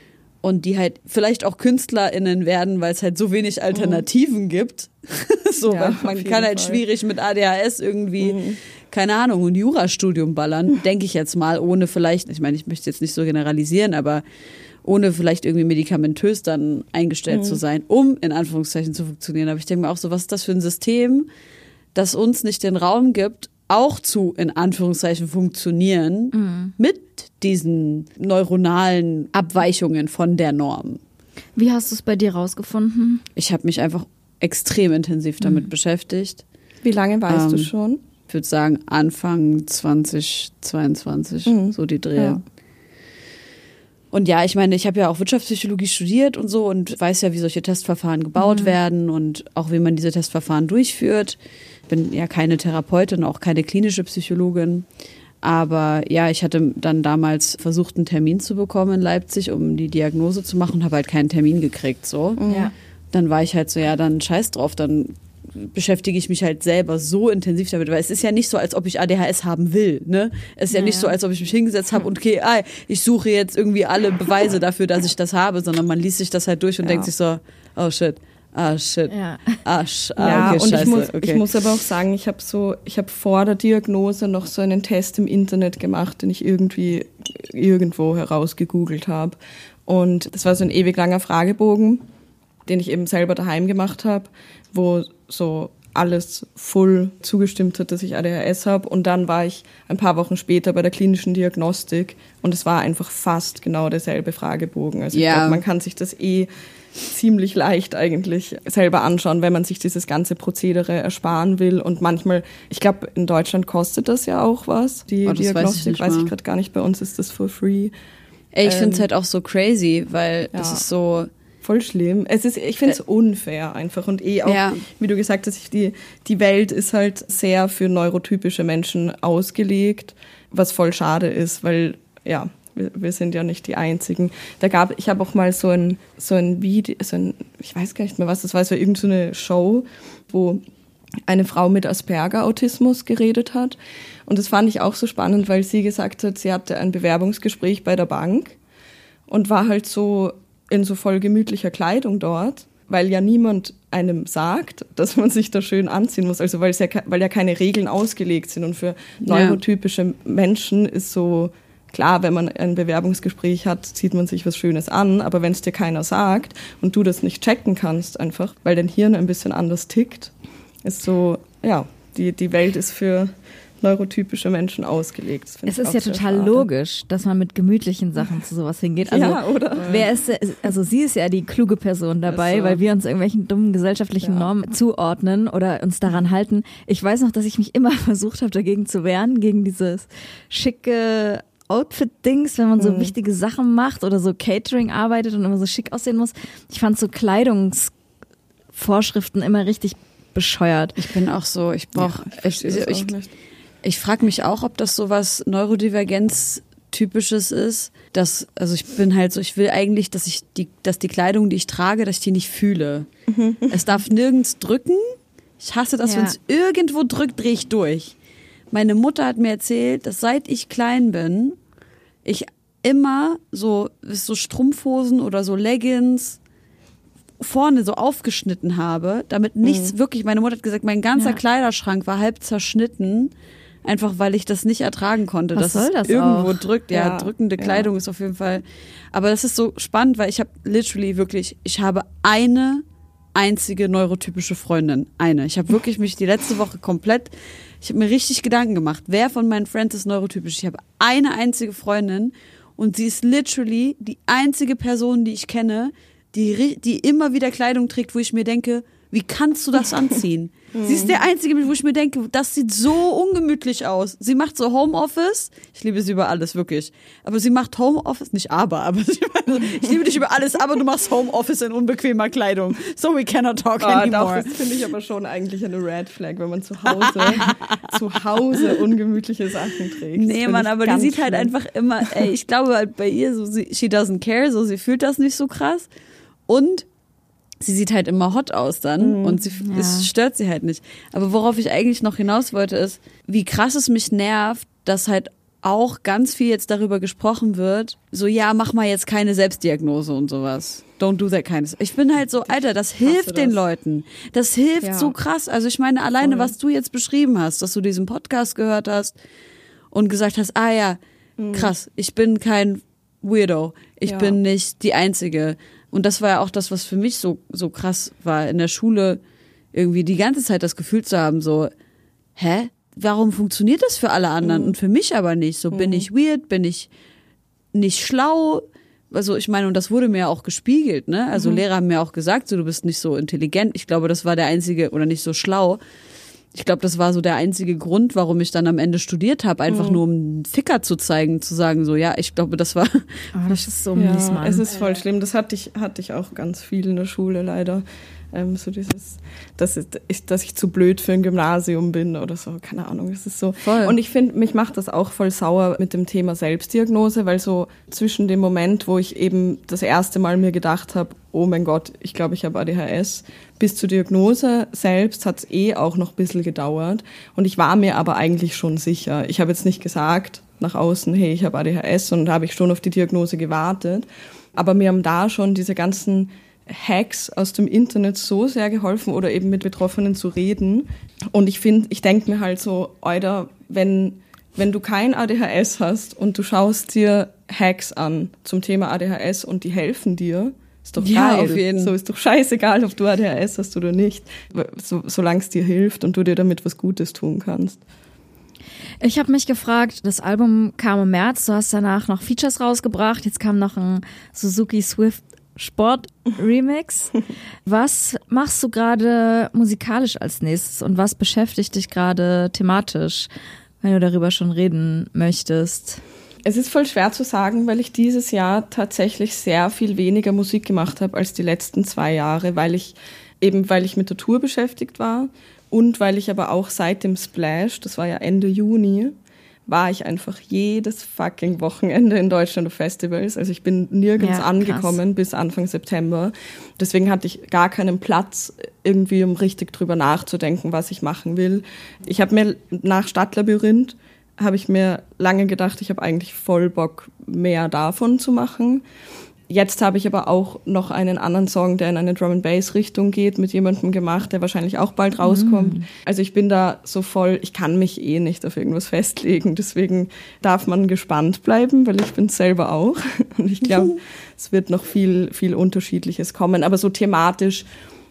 und die halt vielleicht auch KünstlerInnen werden, weil es halt so wenig Alternativen gibt. So, weil man kann halt schwierig mit ADHS irgendwie, keine Ahnung, ein Jurastudium ballern, denke ich jetzt mal, ohne vielleicht, ich meine, ich möchte jetzt nicht so generalisieren, aber ohne vielleicht irgendwie medikamentös dann eingestellt zu sein, um in Anführungszeichen zu funktionieren. Aber ich denke mir auch so, was ist das für ein System, das uns nicht den Raum gibt, auch zu, in Anführungszeichen, funktionieren mit diesen neuronalen Abweichungen von der Norm. Wie hast du es bei dir rausgefunden? Ich habe mich einfach extrem intensiv damit beschäftigt. Wie lange weißt du schon? Ich würde sagen Anfang 2022, so die Dreh. Ja. Und ja, ich meine, ich habe ja auch Wirtschaftspsychologie studiert und so und weiß ja, wie solche Testverfahren gebaut werden und auch wie man diese Testverfahren durchführt. Ich bin ja keine Therapeutin, auch keine klinische Psychologin. Aber ja, ich hatte dann damals versucht, einen Termin zu bekommen in Leipzig, um die Diagnose zu machen und habe halt keinen Termin gekriegt. So. Ja. Dann war ich halt so, ja, dann scheiß drauf, dann beschäftige ich mich halt selber so intensiv damit, weil es ist ja nicht so, als ob ich ADHS haben will, ne? Es ist ja nicht so, als ob ich mich hingesetzt habe und okay, ich suche jetzt irgendwie alle Beweise dafür, dass ich das habe, sondern man liest sich das halt durch und denkt sich so, oh shit. Ah, shit. Ja. Okay, und scheiße. Ich muss aber auch sagen, ich habe vor der Diagnose noch so einen Test im Internet gemacht, den ich irgendwie irgendwo herausgegoogelt habe. Und das war so ein ewig langer Fragebogen, den ich eben selber daheim gemacht habe, wo so alles voll zugestimmt hat, dass ich ADHS habe. Und dann war ich ein paar Wochen später bei der klinischen Diagnostik und es war einfach fast genau derselbe Fragebogen. Also ich glaube, man kann sich das ziemlich leicht eigentlich selber anschauen, wenn man sich dieses ganze Prozedere ersparen will. Und manchmal, ich glaube, in Deutschland kostet das ja auch was. Die Diagnostik weiß ich gerade gar nicht. Bei uns ist das for free. Ey, ich finde es halt auch so crazy, weil es ist so... Voll schlimm. Ich finde es unfair einfach und auch, wie du gesagt hast, die Welt ist halt sehr für neurotypische Menschen ausgelegt, was voll schade ist, weil, ja, wir sind ja nicht die Einzigen. Ich habe auch mal so ein Video, ich weiß gar nicht mehr was, das war so irgendeine Show, wo eine Frau mit Asperger-Autismus geredet hat und das fand ich auch so spannend, weil sie gesagt hat, sie hatte ein Bewerbungsgespräch bei der Bank und war halt so in so voll gemütlicher Kleidung dort, weil ja niemand einem sagt, dass man sich da schön anziehen muss, also weil ja keine Regeln ausgelegt sind und für neurotypische Menschen ist so, klar, wenn man ein Bewerbungsgespräch hat, zieht man sich was Schönes an, aber wenn es dir keiner sagt und du das nicht checken kannst einfach, weil dein Hirn ein bisschen anders tickt, ist so, ja, die Welt ist für neurotypische Menschen ausgelegt. Es ist ja total logisch, dass man mit gemütlichen Sachen zu sowas hingeht. Also, ja, oder? Sie ist ja die kluge Person dabei, weil wir uns irgendwelchen dummen gesellschaftlichen Normen zuordnen oder uns daran halten. Ich weiß noch, dass ich mich immer versucht habe, dagegen zu wehren, gegen dieses schicke Outfit-Dings, wenn man so wichtige Sachen macht oder so Catering arbeitet und immer so schick aussehen muss. Ich fand so Kleidungsvorschriften immer richtig bescheuert. Ich bin auch so, ich frage mich auch, ob das so was Neurodivergenz-typisches ist. Also ich bin halt so, ich will eigentlich, dass die Kleidung, die ich trage, dass ich die nicht fühle. Es darf nirgends drücken. Ich hasse das, wenn es irgendwo drückt, drehe ich durch. Meine Mutter hat mir erzählt, dass seit ich klein bin, ich immer so Strumpfhosen oder so Leggings vorne so aufgeschnitten habe, damit nichts wirklich, meine Mutter hat gesagt, mein ganzer Kleiderschrank war halb zerschnitten, einfach weil ich das nicht ertragen konnte, dass es irgendwo auch drückt. Ja, drückende Kleidung ist auf jeden Fall, aber das ist so spannend, weil ich habe literally wirklich, ich habe eine einzige neurotypische Freundin, ich habe wirklich mich die letzte Woche ich habe mir richtig Gedanken gemacht, wer von meinen Friends ist neurotypisch. Ich habe eine einzige Freundin und sie ist literally die einzige Person, die ich kenne, die immer wieder Kleidung trägt, wo ich mir denke, wie kannst du das anziehen? Sie ist der Einzige, wo ich mir denke, das sieht so ungemütlich aus. Sie macht so Homeoffice. Ich liebe sie über alles, wirklich. Aber sie macht Homeoffice, nicht aber ich liebe dich über alles, aber du machst Homeoffice in unbequemer Kleidung. So we cannot talk anymore. Das finde ich aber schon eigentlich eine Red Flag, wenn man zu Hause ungemütliche Sachen trägt. Nee, Mann, aber die sieht halt einfach immer, ich glaube halt bei ihr, so she doesn't care, so sie fühlt das nicht so krass. Und sie sieht halt immer hot aus dann und es stört sie halt nicht. Aber worauf ich eigentlich noch hinaus wollte ist, wie krass es mich nervt, dass halt auch ganz viel jetzt darüber gesprochen wird, so ja, mach mal jetzt keine Selbstdiagnose und sowas. Don't do that kind of. Ich bin halt so, Alter, das hilft den Leuten. Das hilft so krass. Also ich meine, alleine, was du jetzt beschrieben hast, dass du diesen Podcast gehört hast und gesagt hast, ah ja, krass, ich bin kein Weirdo. Ich bin nicht die Einzige. Und das war ja auch das, was für mich so krass war, in der Schule irgendwie die ganze Zeit das Gefühl zu haben, so, hä? Warum funktioniert das für alle anderen und für mich aber nicht? So, bin ich weird, bin ich nicht schlau? Also ich meine, und das wurde mir ja auch gespiegelt, ne? Also Lehrer haben mir auch gesagt, so, du bist nicht so intelligent. Ich glaube, das war der einzige, oder nicht so schlau. Ich glaube, das war so der einzige Grund, warum ich dann am Ende studiert habe, einfach nur um einen Ficker zu zeigen, zu sagen, so, ja, ich glaube, das war... Oh, das ist so mies, Mann. Es ist voll schlimm. Das hatte ich auch ganz viel in der Schule leider. So dieses, dass ich zu blöd für ein Gymnasium bin oder so, keine Ahnung, es ist so. Voll. Und ich finde, mich macht das auch voll sauer mit dem Thema Selbstdiagnose, weil so zwischen dem Moment, wo ich eben das erste Mal mir gedacht habe, oh mein Gott, ich glaube, ich habe ADHS, bis zur Diagnose selbst hat es auch noch ein bisschen gedauert. Und ich war mir aber eigentlich schon sicher. Ich habe jetzt nicht gesagt nach außen, hey, ich habe ADHS, und da habe ich schon auf die Diagnose gewartet. Aber mir haben da schon diese ganzen Hacks aus dem Internet so sehr geholfen oder eben mit Betroffenen zu reden. Und ich denke mir halt so, Alter, wenn du kein ADHS hast und du schaust dir Hacks an zum Thema ADHS und die helfen dir, ist doch Ja, geil. auf jeden. So ist doch scheißegal, ob du ADHS hast oder nicht, solange es dir hilft und du dir damit was Gutes tun kannst. Ich habe mich gefragt, das Album kam im März, du hast danach noch Features rausgebracht, jetzt kam noch ein Suzuki Swift Sport Remix. Was machst du gerade musikalisch als nächstes und was beschäftigt dich gerade thematisch, wenn du darüber schon reden möchtest? Es ist voll schwer zu sagen, weil ich dieses Jahr tatsächlich sehr viel weniger Musik gemacht habe als die letzten 2 Jahre, weil ich mit der Tour beschäftigt war und weil ich aber auch seit dem Splash, das war ja Ende Juni, war ich einfach jedes fucking Wochenende in Deutschland auf Festivals. Also ich bin nirgends angekommen bis Anfang September. Deswegen hatte ich gar keinen Platz irgendwie, um richtig drüber nachzudenken, was ich machen will. Ich habe mir nach Stadtlabyrinth, habe ich mir lange gedacht, ich habe eigentlich voll Bock, mehr davon zu machen. Jetzt habe ich aber auch noch einen anderen Song, der in eine Drum-and-Bass-Richtung geht, mit jemandem gemacht, der wahrscheinlich auch bald rauskommt. Also ich bin da so voll, ich kann mich nicht auf irgendwas festlegen. Deswegen darf man gespannt bleiben, weil ich bin es selber auch. Und ich glaube, es wird noch viel, viel Unterschiedliches kommen. Aber so thematisch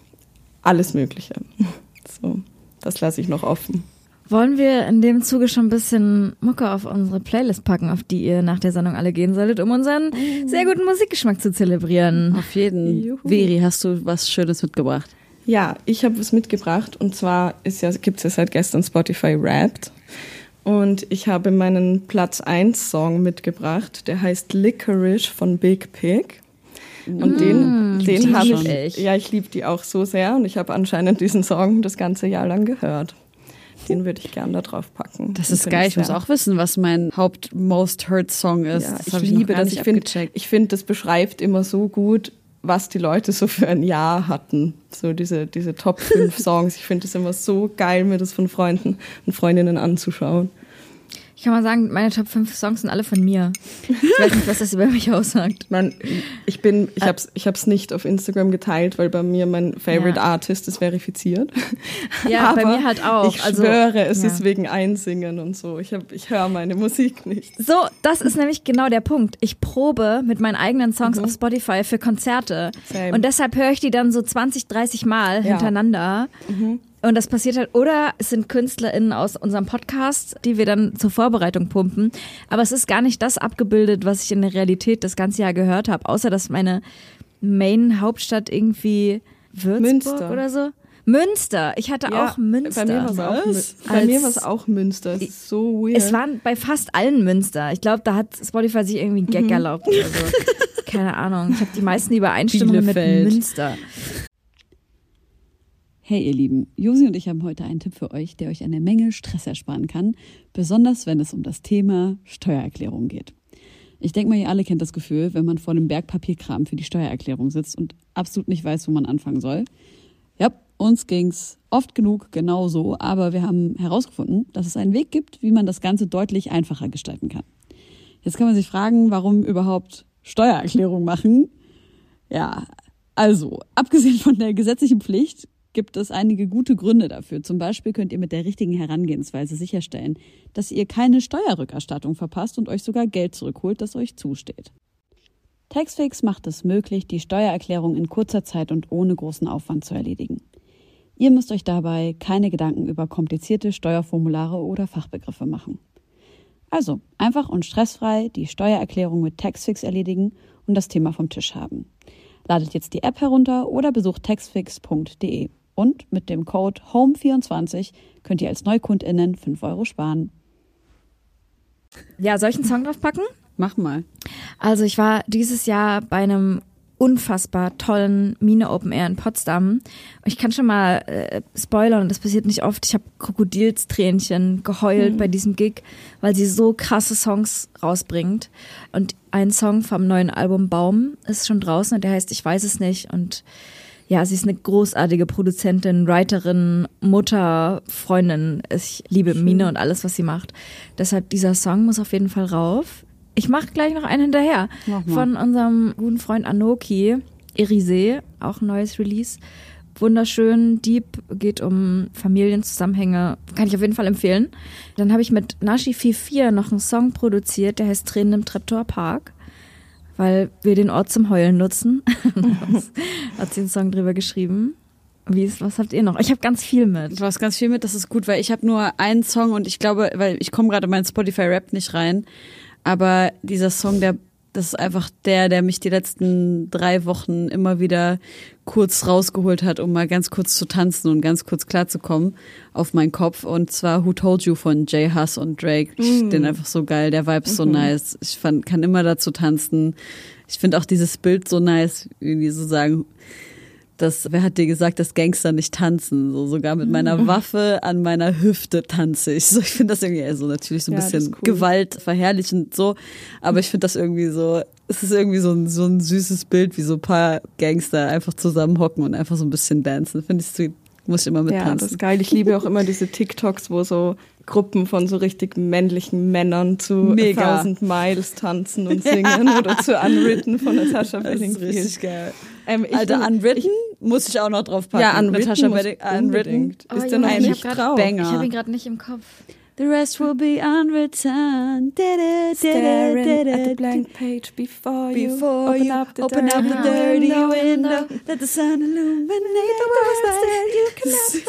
alles Mögliche. So, das lasse ich noch offen. Wollen wir in dem Zuge schon ein bisschen Mucke auf unsere Playlist packen, auf die ihr nach der Sendung alle gehen solltet, um unseren sehr guten Musikgeschmack zu zelebrieren? Auf jeden. Juhu. Veri, hast du was Schönes mitgebracht? Ja, ich habe was gibt es ja seit gestern Spotify Wrapped. Und ich habe meinen Platz 1 Song mitgebracht, der heißt Licorice von Big Pig. Und den habe ich, ich liebe die auch so sehr und ich habe anscheinend diesen Song das ganze Jahr lang gehört. Den würde ich gerne da drauf packen. Das ist geil. Ich muss auch wissen, was mein Most-Heard-Song ist. Ja, das ich liebe das. Ich finde, das beschreibt immer so gut, was die Leute so für ein Jahr hatten. So diese Top 5 Songs. Ich finde es immer so geil, mir das von Freunden und Freundinnen anzuschauen. Ich kann mal sagen, meine Top 5 Songs sind alle von mir. Ich weiß nicht, was das über mich aussagt. Ich hab's nicht auf Instagram geteilt, weil bei mir mein Favorite Artist ist verifiziert. Ja, aber bei mir halt auch. Ich schwöre, es ist wegen Einsingen und so. Ich höre meine Musik nicht. So, das ist nämlich genau der Punkt. Ich probe mit meinen eigenen Songs auf Spotify für Konzerte. Same. Und deshalb höre ich die dann so 20, 30 Mal hintereinander. Und das passiert halt, oder es sind KünstlerInnen aus unserem Podcast, die wir dann zur Vorbereitung pumpen. Aber es ist gar nicht das abgebildet, was ich in der Realität das ganze Jahr gehört habe. Außer, dass meine Main-Hauptstadt irgendwie Würzburg Münster oder so. Münster. Ich hatte auch Münster. Bei mir war es auch Münster. Es ist so weird. Es waren bei fast allen Münster. Ich glaube, da hat Spotify sich irgendwie einen Gag erlaubt oder so. Keine Ahnung. Ich habe die meisten Übereinstimmungen mit Münster. Hey ihr Lieben, Josi und ich haben heute einen Tipp für euch, der euch eine Menge Stress ersparen kann, besonders wenn es um das Thema Steuererklärung geht. Ich denke mal, ihr alle kennt das Gefühl, wenn man vor einem Berg Papierkram für die Steuererklärung sitzt und absolut nicht weiß, wo man anfangen soll. Ja, Uns ging's oft genug genauso, aber wir haben herausgefunden, dass es einen Weg gibt, wie man das Ganze deutlich einfacher gestalten kann. Jetzt kann man sich fragen, warum überhaupt Steuererklärung machen? Ja, also, abgesehen von der gesetzlichen Pflicht gibt es einige gute Gründe dafür. Zum Beispiel könnt ihr mit der richtigen Herangehensweise sicherstellen, dass ihr keine Steuerrückerstattung verpasst und euch sogar Geld zurückholt, das euch zusteht. Taxfix macht es möglich, die Steuererklärung in kurzer Zeit und ohne großen Aufwand zu erledigen. Ihr müsst euch dabei keine Gedanken über komplizierte Steuerformulare oder Fachbegriffe machen. Also einfach und stressfrei die Steuererklärung mit Taxfix erledigen und das Thema vom Tisch haben. Ladet jetzt die App herunter oder besucht taxfix.de. Und mit dem Code HOME24 könnt ihr als NeukundInnen 5 € sparen. Ja, soll ich einen Song draufpacken? Mach mal. Also ich war dieses Jahr bei einem unfassbar tollen Mine Open Air in Potsdam. Ich kann schon mal spoilern, das passiert nicht oft. Ich habe Krokodilstränchen geheult bei diesem Gig, weil sie so krasse Songs rausbringt. Und ein Song vom neuen Album Baum ist schon draußen und der heißt Ich weiß es nicht. Und ja, sie ist eine großartige Produzentin, Writerin, Mutter, Freundin. Ich liebe Mine und alles, was sie macht. Deshalb dieser Song muss auf jeden Fall rauf. Ich mache gleich noch einen hinterher von unserem guten Freund Anoki, Erisee, auch ein neues Release. Wunderschön, deep, geht um Familienzusammenhänge, kann ich auf jeden Fall empfehlen. Dann habe ich mit Nashi 44 noch einen Song produziert, der heißt Tränen im Treptower Park, weil wir den Ort zum Heulen nutzen. Hat sie einen Song drüber geschrieben. Was habt ihr noch? Ich habe ganz viel mit. Du hast ganz viel mit, das ist gut, weil ich habe nur einen Song und ich glaube, weil ich komme gerade in meinen Spotify-Rap nicht rein, aber dieser Song, das ist einfach der mich die letzten 3 Wochen immer wieder kurz rausgeholt hat, um mal ganz kurz zu tanzen und ganz kurz klarzukommen auf meinen Kopf. Und zwar Who Told You von Jay Huss und Drake. Ich finde den einfach so geil, der Vibe ist so nice. Ich kann immer dazu tanzen. Ich finde auch dieses Bild so nice, wie die so sagen, wer hat dir gesagt, dass Gangster nicht tanzen? So sogar mit meiner Waffe an meiner Hüfte tanze ich. So, ich finde das irgendwie natürlich so ein bisschen cool. Gewaltverherrlichend so, aber ich finde das irgendwie so, es ist irgendwie so ein süßes Bild, wie so ein paar Gangster einfach zusammenhocken und einfach so ein bisschen dancen. Finde ich sweet. Muss ich immer mit tanzen. Ja, das ist geil. Ich liebe auch immer diese TikToks, wo so Gruppen von so richtig männlichen Männern zu 1000 Miles tanzen und singen oder zu Unwritten von Natasha Bedingfield. Das ist richtig geil. Alter, Unwritten muss ich auch noch drauf packen. Ja, Unwritten. Ist der noch nicht drauf? Ich habe ihn gerade nicht im Kopf. The rest will be unwritten. Staring at the blank page before you open up the dirty window. Let the sun illuminate the world that you cannot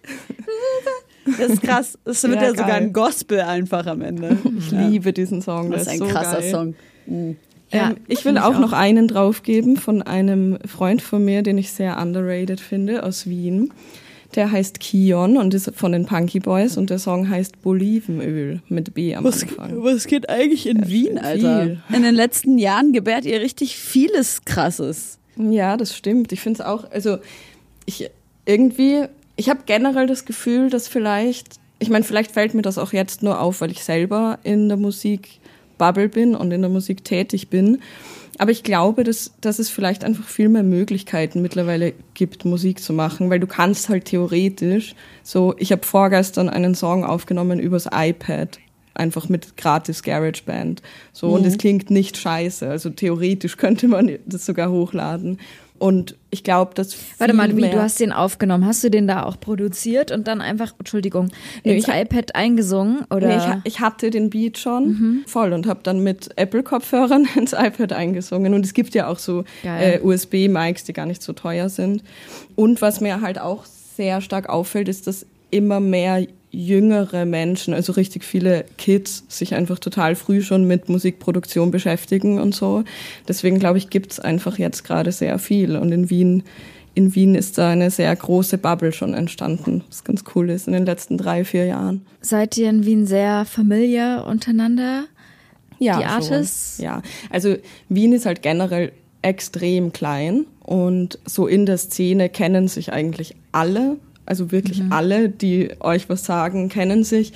find. Das ist krass. Das wird ja sogar ein Gospel einfach am Ende. Ich liebe diesen Song. Das ist ein so krasser geil. Song. Ja, ich will auch noch einen draufgeben von einem Freund von mir, den ich sehr underrated finde, aus Wien. Der heißt Kion und ist von den Punky Boys und der Song heißt Bolivenöl mit B am Anfang. Was geht eigentlich in Wien, Alter? Viel. In den letzten Jahren gebärt ihr richtig vieles Krasses. Ja, das stimmt. Ich finde es auch, also ich habe generell das Gefühl, dass vielleicht fällt mir das auch jetzt nur auf, weil ich selber in der Musikbubble bin und in der Musik tätig bin. Aber ich glaube, dass es vielleicht einfach viel mehr Möglichkeiten mittlerweile gibt, Musik zu machen, weil du kannst halt theoretisch ich habe vorgestern einen Song aufgenommen übers iPad, einfach mit gratis GarageBand. Und es klingt nicht scheiße. Also theoretisch könnte man das sogar hochladen. Und ich glaube, dass Warte mal, du hast den aufgenommen. Hast du den da auch produziert und dann einfach, ins iPad eingesungen? Oder? Nee, ich hatte den Beat schon voll und habe dann mit Apple-Kopfhörern ins iPad eingesungen. Und es gibt ja auch so USB-Mics, die gar nicht so teuer sind. Und was mir halt auch sehr stark auffällt, ist, dass immer mehr jüngere Menschen, also richtig viele Kids, sich einfach total früh schon mit Musikproduktion beschäftigen und so. Deswegen, glaube ich, gibt's einfach jetzt gerade sehr viel. Und in Wien ist da eine sehr große Bubble schon entstanden, was ganz cool ist in den letzten 3-4 Jahren. Seid ihr in Wien sehr familiar untereinander? Ja, die Artists? Schon. Ja, also Wien ist halt generell extrem klein und so in der Szene kennen sich eigentlich alle. Also wirklich alle, die euch was sagen, kennen sich.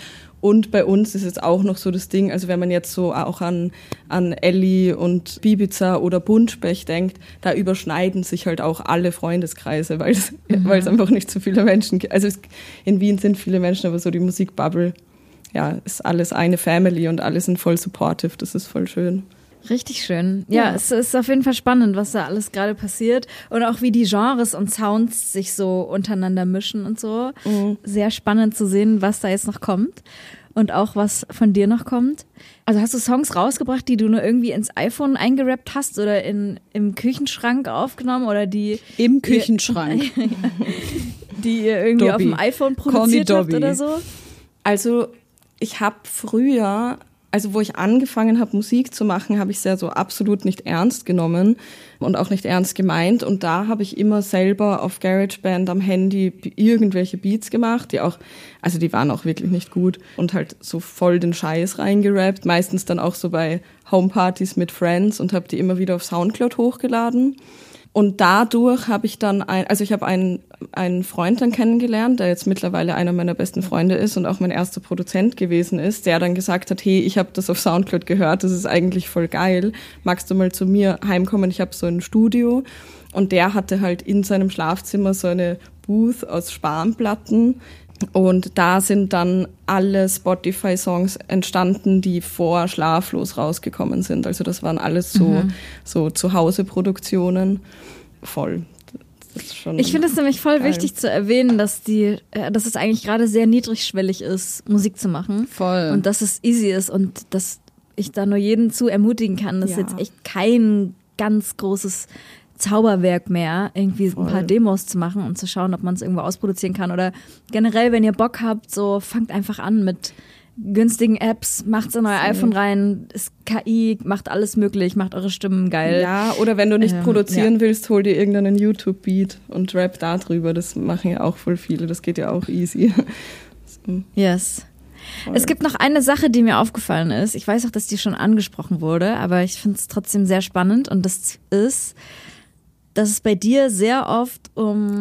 Und bei uns ist jetzt auch noch so das Ding, also wenn man jetzt so auch an Elli und Bibiza oder Buntspecht denkt, da überschneiden sich halt auch alle Freundeskreise, weil es einfach nicht so viele Menschen gibt. Also in Wien sind viele Menschen, aber so die Musikbubble, ja, ist alles eine Family und alle sind voll supportive, das ist voll schön. Richtig schön. Ja, es ist auf jeden Fall spannend, was da alles gerade passiert und auch wie die Genres und Sounds sich so untereinander mischen und so. Sehr spannend zu sehen, was da jetzt noch kommt und auch was von dir noch kommt. Also hast du Songs rausgebracht, die du nur irgendwie ins iPhone eingerappt hast oder im Küchenschrank aufgenommen oder die im Küchenschrank, die ihr irgendwie auf dem iPhone produziert habt oder so? Also ich habe früher, wo ich angefangen habe, Musik zu machen, habe ich es ja so absolut nicht ernst genommen und auch nicht ernst gemeint. Und da habe ich immer selber auf GarageBand am Handy irgendwelche Beats gemacht, die waren auch wirklich nicht gut und halt so voll den Scheiß reingerappt. Meistens dann auch so bei Homepartys mit Friends und habe die immer wieder auf Soundcloud hochgeladen. Und dadurch habe ich dann ich habe einen Freund dann kennengelernt, der jetzt mittlerweile einer meiner besten Freunde ist und auch mein erster Produzent gewesen ist, der dann gesagt hat, hey, ich habe das auf Soundcloud gehört, das ist eigentlich voll geil, magst du mal zu mir heimkommen, ich habe so ein Studio. Und der hatte halt in seinem Schlafzimmer so eine Booth aus Spanplatten. Und da sind dann alle Spotify-Songs entstanden, die vor Schlaflos rausgekommen sind. Also das waren alles so Zuhause-Produktionen. Voll. Das ist schon ich finde es nämlich voll wichtig zu erwähnen, dass es eigentlich gerade sehr niedrigschwellig ist, Musik zu machen. Voll. Und dass es easy ist und dass ich da nur jeden zu ermutigen kann. Das ist jetzt echt kein ganz großes Zauberwerk mehr, irgendwie ein paar Demos zu machen und zu schauen, ob man es irgendwo ausproduzieren kann. Oder generell, wenn ihr Bock habt, so fangt einfach an mit günstigen Apps, macht's in euer iPhone rein, ist KI, macht alles möglich, macht eure Stimmen geil. Ja, oder wenn du nicht produzieren willst, hol dir irgendeinen YouTube-Beat und rap da drüber. Das machen ja auch voll viele, das geht ja auch easy. Yes. Es gibt noch eine Sache, die mir aufgefallen ist. Ich weiß auch, dass die schon angesprochen wurde, aber ich finde es trotzdem sehr spannend und das ist, dass es bei dir sehr oft um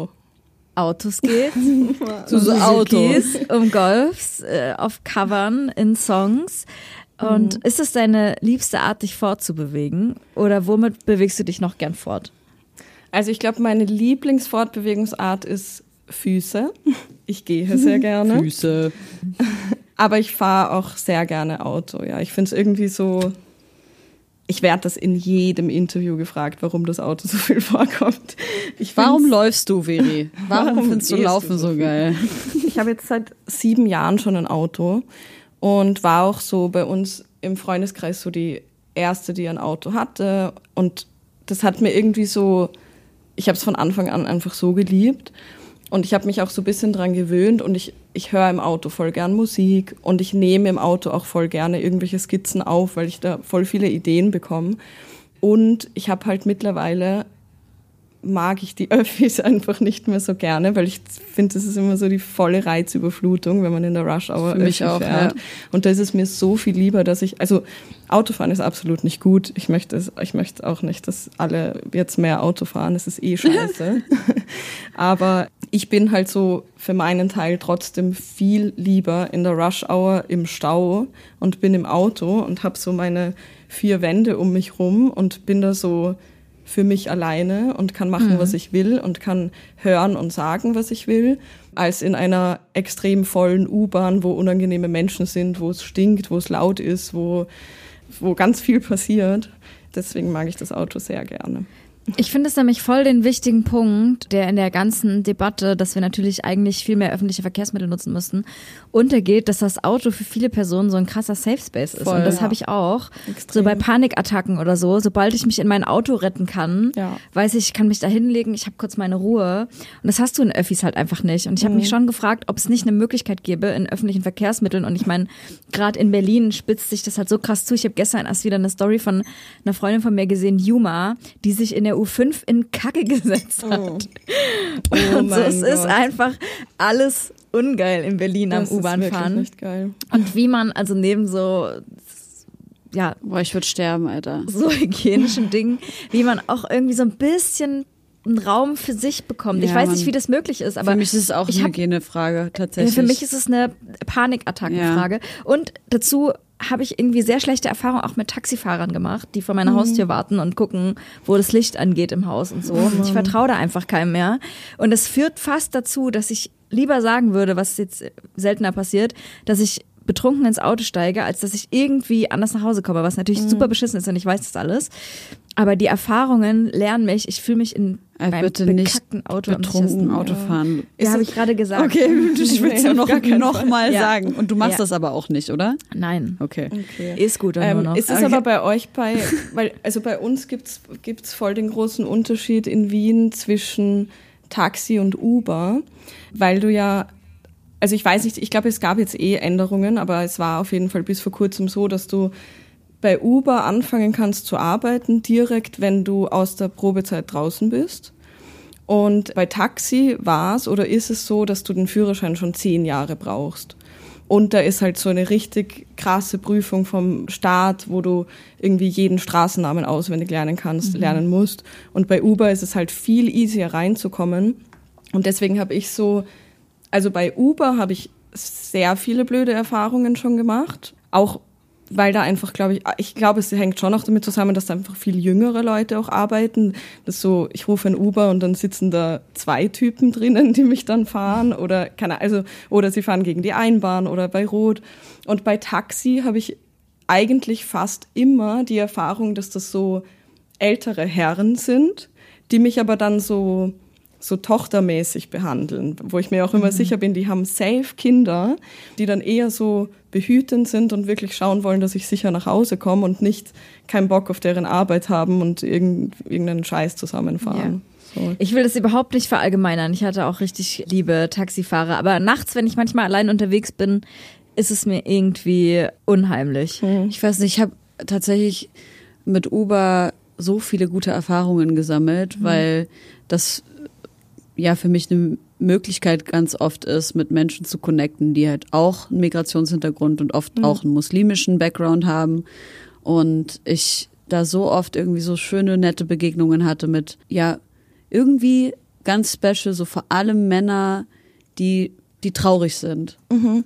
Autos geht, so Autos, um Golfs, auf Covern, in Songs. Und ist es deine liebste Art, dich fortzubewegen? Oder womit bewegst du dich noch gern fort? Also ich glaube, meine Lieblingsfortbewegungsart ist Füße. Ich gehe sehr gerne. Füße. Aber ich fahre auch sehr gerne Auto. Ja, ich finde es irgendwie so. Ich werde das in jedem Interview gefragt, warum das Auto so viel vorkommt. Warum läufst du, Veri? Warum findest du Laufen so geil? Ich habe jetzt seit 7 Jahren schon ein Auto und war auch so bei uns im Freundeskreis so die erste, die ein Auto hatte. Und das hat mir irgendwie so, ich habe es von Anfang an einfach so geliebt. Und ich habe mich auch so ein bisschen dran gewöhnt und ich höre im Auto voll gern Musik und ich nehme im Auto auch voll gerne irgendwelche Skizzen auf, weil ich da voll viele Ideen bekomme. Und ich habe halt mittlerweile, mag ich die Öffis einfach nicht mehr so gerne, weil ich finde, das ist immer so die volle Reizüberflutung, wenn man in der Rush-Hour Öffi fährt. Ja. Und da ist es mir so viel lieber, dass Autofahren ist absolut nicht gut. Ich möchte auch nicht, dass alle jetzt mehr Auto fahren. Es ist eh scheiße. Aber ich bin halt so für meinen Teil trotzdem viel lieber in der Rush-Hour im Stau und bin im Auto und habe so meine 4 Wände um mich rum und bin da so für mich alleine und kann machen, was ich will und kann hören und sagen, was ich will, als in einer extrem vollen U-Bahn, wo unangenehme Menschen sind, wo es stinkt, wo es laut ist, wo ganz viel passiert. Deswegen mag ich das Auto sehr gerne. Ich finde es nämlich voll den wichtigen Punkt, der in der ganzen Debatte, dass wir natürlich eigentlich viel mehr öffentliche Verkehrsmittel nutzen müssten, untergeht, dass das Auto für viele Personen so ein krasser Safe Space ist. Voll, und das habe ich auch. Extrem. So bei Panikattacken oder so, sobald ich mich in mein Auto retten kann, weiß ich kann mich da hinlegen, ich habe kurz meine Ruhe. Und das hast du in Öffis halt einfach nicht. Und ich habe mich schon gefragt, ob es nicht eine Möglichkeit gäbe in öffentlichen Verkehrsmitteln. Und ich meine, gerade in Berlin spitzt sich das halt so krass zu. Ich habe gestern erst wieder eine Story von einer Freundin von mir gesehen, Yuma, die sich in der U5 in Kacke gesetzt hat. Und so, es ist einfach alles ungeil in Berlin am U-Bahn-Fahren. Nicht geil. Und wie man also neben so, boah, ich würde sterben, Alter. So hygienischen Dingen, wie man auch irgendwie so ein bisschen einen Raum für sich bekommt. Ja, ich weiß Mann. nicht, wie das möglich ist, aber für mich ist es auch eine Hygienefrage, tatsächlich. für mich ist es eine Panikattackenfrage. Und dazu habe ich irgendwie sehr schlechte Erfahrungen auch mit Taxifahrern gemacht, die vor meiner Haustür warten und gucken, wo das Licht angeht im Haus und so. Und ich vertraue da einfach keinem mehr. Und es führt fast dazu, dass ich lieber sagen würde, was jetzt seltener passiert, dass ich betrunken ins Auto steige, als dass ich irgendwie anders nach Hause komme, was natürlich super beschissen ist und ich weiß das alles. Aber die Erfahrungen lernen mich, ich fühle mich in meinem bitte bekackten nicht Auto betrunken Auto fahren. Ja, habe ich gerade gesagt. Okay, ich will es Nee, nur noch mal Ja. sagen. Und du machst Ja. das aber auch nicht, oder? Nein. Okay. Ist gut, dann nur noch. Ist es aber bei euch weil bei uns gibt's voll den großen Unterschied in Wien zwischen Taxi und Uber, weil du ja, also ich weiß nicht, ich glaube, es gab jetzt Änderungen, aber es war auf jeden Fall bis vor kurzem so, dass du bei Uber anfangen kannst zu arbeiten, direkt, wenn du aus der Probezeit draußen bist. Und bei Taxi war es oder ist es so, dass du den Führerschein schon 10 Jahre brauchst. Und da ist halt so eine richtig krasse Prüfung vom Staat, wo du irgendwie jeden Straßennamen auswendig lernen musst. Und bei Uber ist es halt viel easier reinzukommen. Und deswegen also bei Uber habe ich sehr viele blöde Erfahrungen schon gemacht. Auch weil da einfach, ich glaube, es hängt schon auch damit zusammen, dass da einfach viel jüngere Leute auch arbeiten. Das ist so, ich rufe ein Uber und dann sitzen da 2 Typen drinnen, die mich dann fahren oder oder sie fahren gegen die Einbahn oder bei Rot. Und bei Taxi habe ich eigentlich fast immer die Erfahrung, dass das so ältere Herren sind, die mich aber dann so tochtermäßig behandeln, wo ich mir auch immer sicher bin, die haben safe Kinder, die dann eher so behütend sind und wirklich schauen wollen, dass ich sicher nach Hause komme und nicht keinen Bock auf deren Arbeit haben und irgendeinen Scheiß zusammenfahren. Ja. So. Ich will das überhaupt nicht verallgemeinern. Ich hatte auch richtig liebe Taxifahrer, aber nachts, wenn ich manchmal allein unterwegs bin, ist es mir irgendwie unheimlich. Ich weiß nicht, ich habe tatsächlich mit Uber so viele gute Erfahrungen gesammelt, weil das ja für mich eine Möglichkeit ganz oft ist, mit Menschen zu connecten, die halt auch einen Migrationshintergrund und oft auch einen muslimischen Background haben. Und ich da so oft irgendwie so schöne, nette Begegnungen hatte mit, ja, irgendwie ganz special, so vor allem Männer, die traurig sind.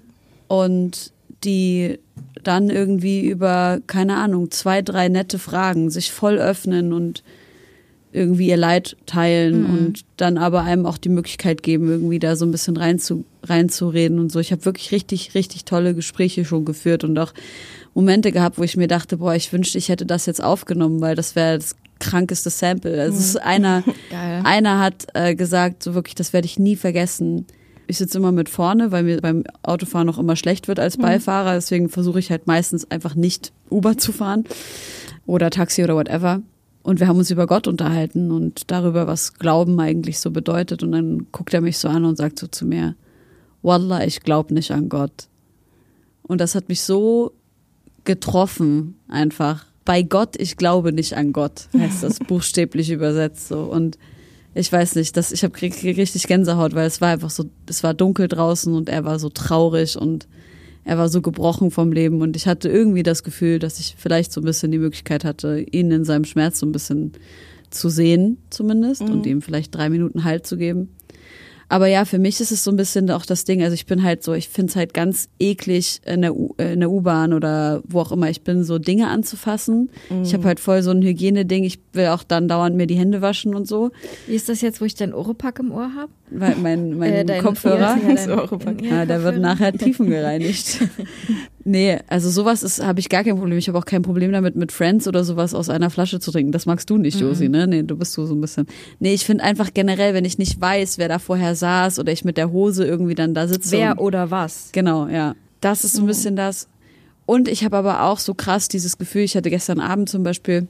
Und die dann irgendwie über, keine Ahnung, 2, 3 nette Fragen sich voll öffnen und irgendwie ihr Leid teilen und dann aber einem auch die Möglichkeit geben, irgendwie da so ein bisschen reinzureden und so. Ich habe wirklich richtig, richtig tolle Gespräche schon geführt und auch Momente gehabt, wo ich mir dachte, boah, ich wünschte, ich hätte das jetzt aufgenommen, weil das wäre das krankeste Sample. Also es ist einer hat gesagt, so wirklich, das werde ich nie vergessen. Ich sitze immer mit vorne, weil mir beim Autofahren noch immer schlecht wird als Beifahrer. Deswegen versuche ich halt meistens einfach nicht Uber zu fahren oder Taxi oder whatever. Und wir haben uns über Gott unterhalten und darüber, was Glauben eigentlich so bedeutet. Und dann guckt er mich so an und sagt so zu mir, Wallah, ich glaube nicht an Gott. Und das hat mich so getroffen einfach. Bei Gott, ich glaube nicht an Gott, heißt das buchstäblich übersetzt so. Und ich weiß nicht, ich habe richtig Gänsehaut, weil es war einfach so, es war dunkel draußen und er war so traurig und er war so gebrochen vom Leben und ich hatte irgendwie das Gefühl, dass ich vielleicht so ein bisschen die Möglichkeit hatte, ihn in seinem Schmerz so ein bisschen zu sehen zumindest und ihm vielleicht 3 Minuten Halt zu geben. Aber ja, für mich ist es so ein bisschen auch das Ding, also ich bin halt so, ich finde es halt ganz eklig in der U-Bahn oder wo auch immer ich bin, so Dinge anzufassen. Ich habe halt voll so ein Hygieneding, ich will auch dann dauernd mir die Hände waschen und so. Wie ist das jetzt, wo ich deinen Oropack im Ohr habe? Weil mein Kopfhörer, Ja, der wird nachher tiefengereinigt. Nee, also sowas habe ich gar kein Problem. Ich habe auch kein Problem damit, mit Friends oder sowas aus einer Flasche zu trinken. Das magst du nicht, Josi, ne? Nee, du bist so ein bisschen. Nee, ich finde einfach generell, wenn ich nicht weiß, wer da vorher saß oder ich mit der Hose irgendwie dann da sitze. Wer oder was? Genau, ja. Das ist so ein bisschen das. Und ich habe aber auch so krass dieses Gefühl, ich hatte gestern Abend zum Beispiel,